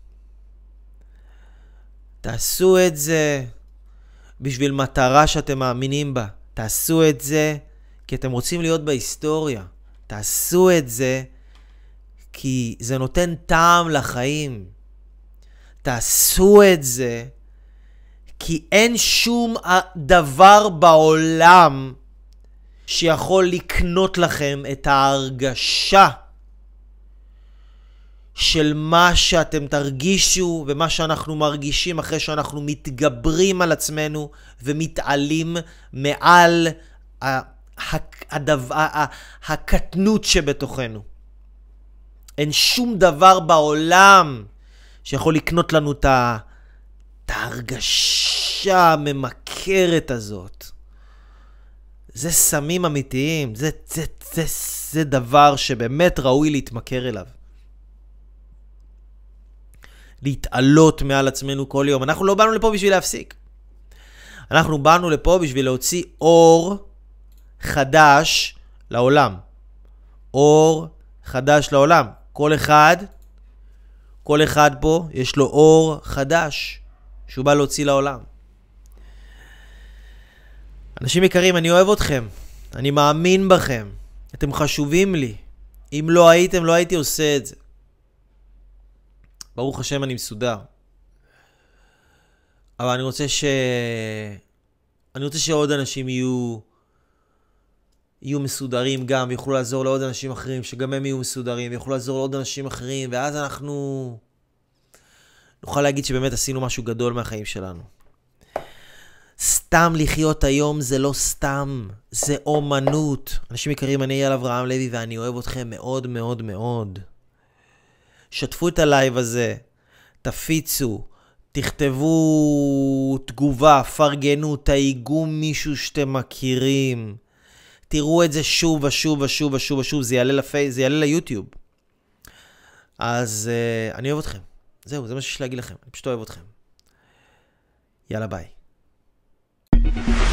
תעשו את זה בשביל מטרה שאתם מאמינים בה. תעשו את זה כי אתם רוצים להיות בהיסטוריה. תעשו את זה כי זה נותן טעם לחיים. תעשו את זה כי אין שום דבר בעולם שיכול לקנות לכם את ההרגשה של מה שאתם תרגישו ומה שאנחנו מרגישים אחרי שאנחנו מתגברים על עצמנו ומתעלים מעל הקטנות שבתוכנו. אין שום דבר בעולם שיכול לקנות לנו את ההרגשה הממכרת הזאת. זה סמים אמיתיים, זה דבר שבאמת ראוי להתמכר אליו. להתעלות מעל עצמנו כל יום. אנחנו לא באנו לפה בשביל להפסיק. אנחנו באנו לפה בשביל להוציא אור חדש לעולם. אור חדש לעולם. כל אחד פה יש לו אור חדש שהוא בא להוציא לעולם. אנשים יקרים, אני אוהב אתכם. אני מאמין בכם. אתם חשובים לי. אם לא הייתם, לא הייתי עושה את זה. ברוך השם, אני מסודר. אבל אני רוצה שעוד אנשים יהיו מסודרים גם, ויוכלו לעזור לעוד אנשים אחרים, שגם הם יהיו מסודרים, ויוכלו לעזור לעוד אנשים אחרים, ואז אנחנו נוכל להגיד שבאמת עשינו משהו גדול מהחיים שלנו. סתם לחיות היום זה לא סתם, זה אומנות. אנשים יקרים, אני אייל אברהם לוי, ואני אוהב אתכם מאוד מאוד מאוד. שתפו את הלייב הזה, תפיצו, תכתבו תגובה, פרגנו, תאיגו מישהו שאתם מכירים. תראו את זה שוב ושוב ושוב ושוב ושוב, זה יעלה ליוטיוב. אז אני אוהב אתכם. זהו, זה מה שיש להגיד לכם. אני פשוט אוהב אתכם. יאללה ביי.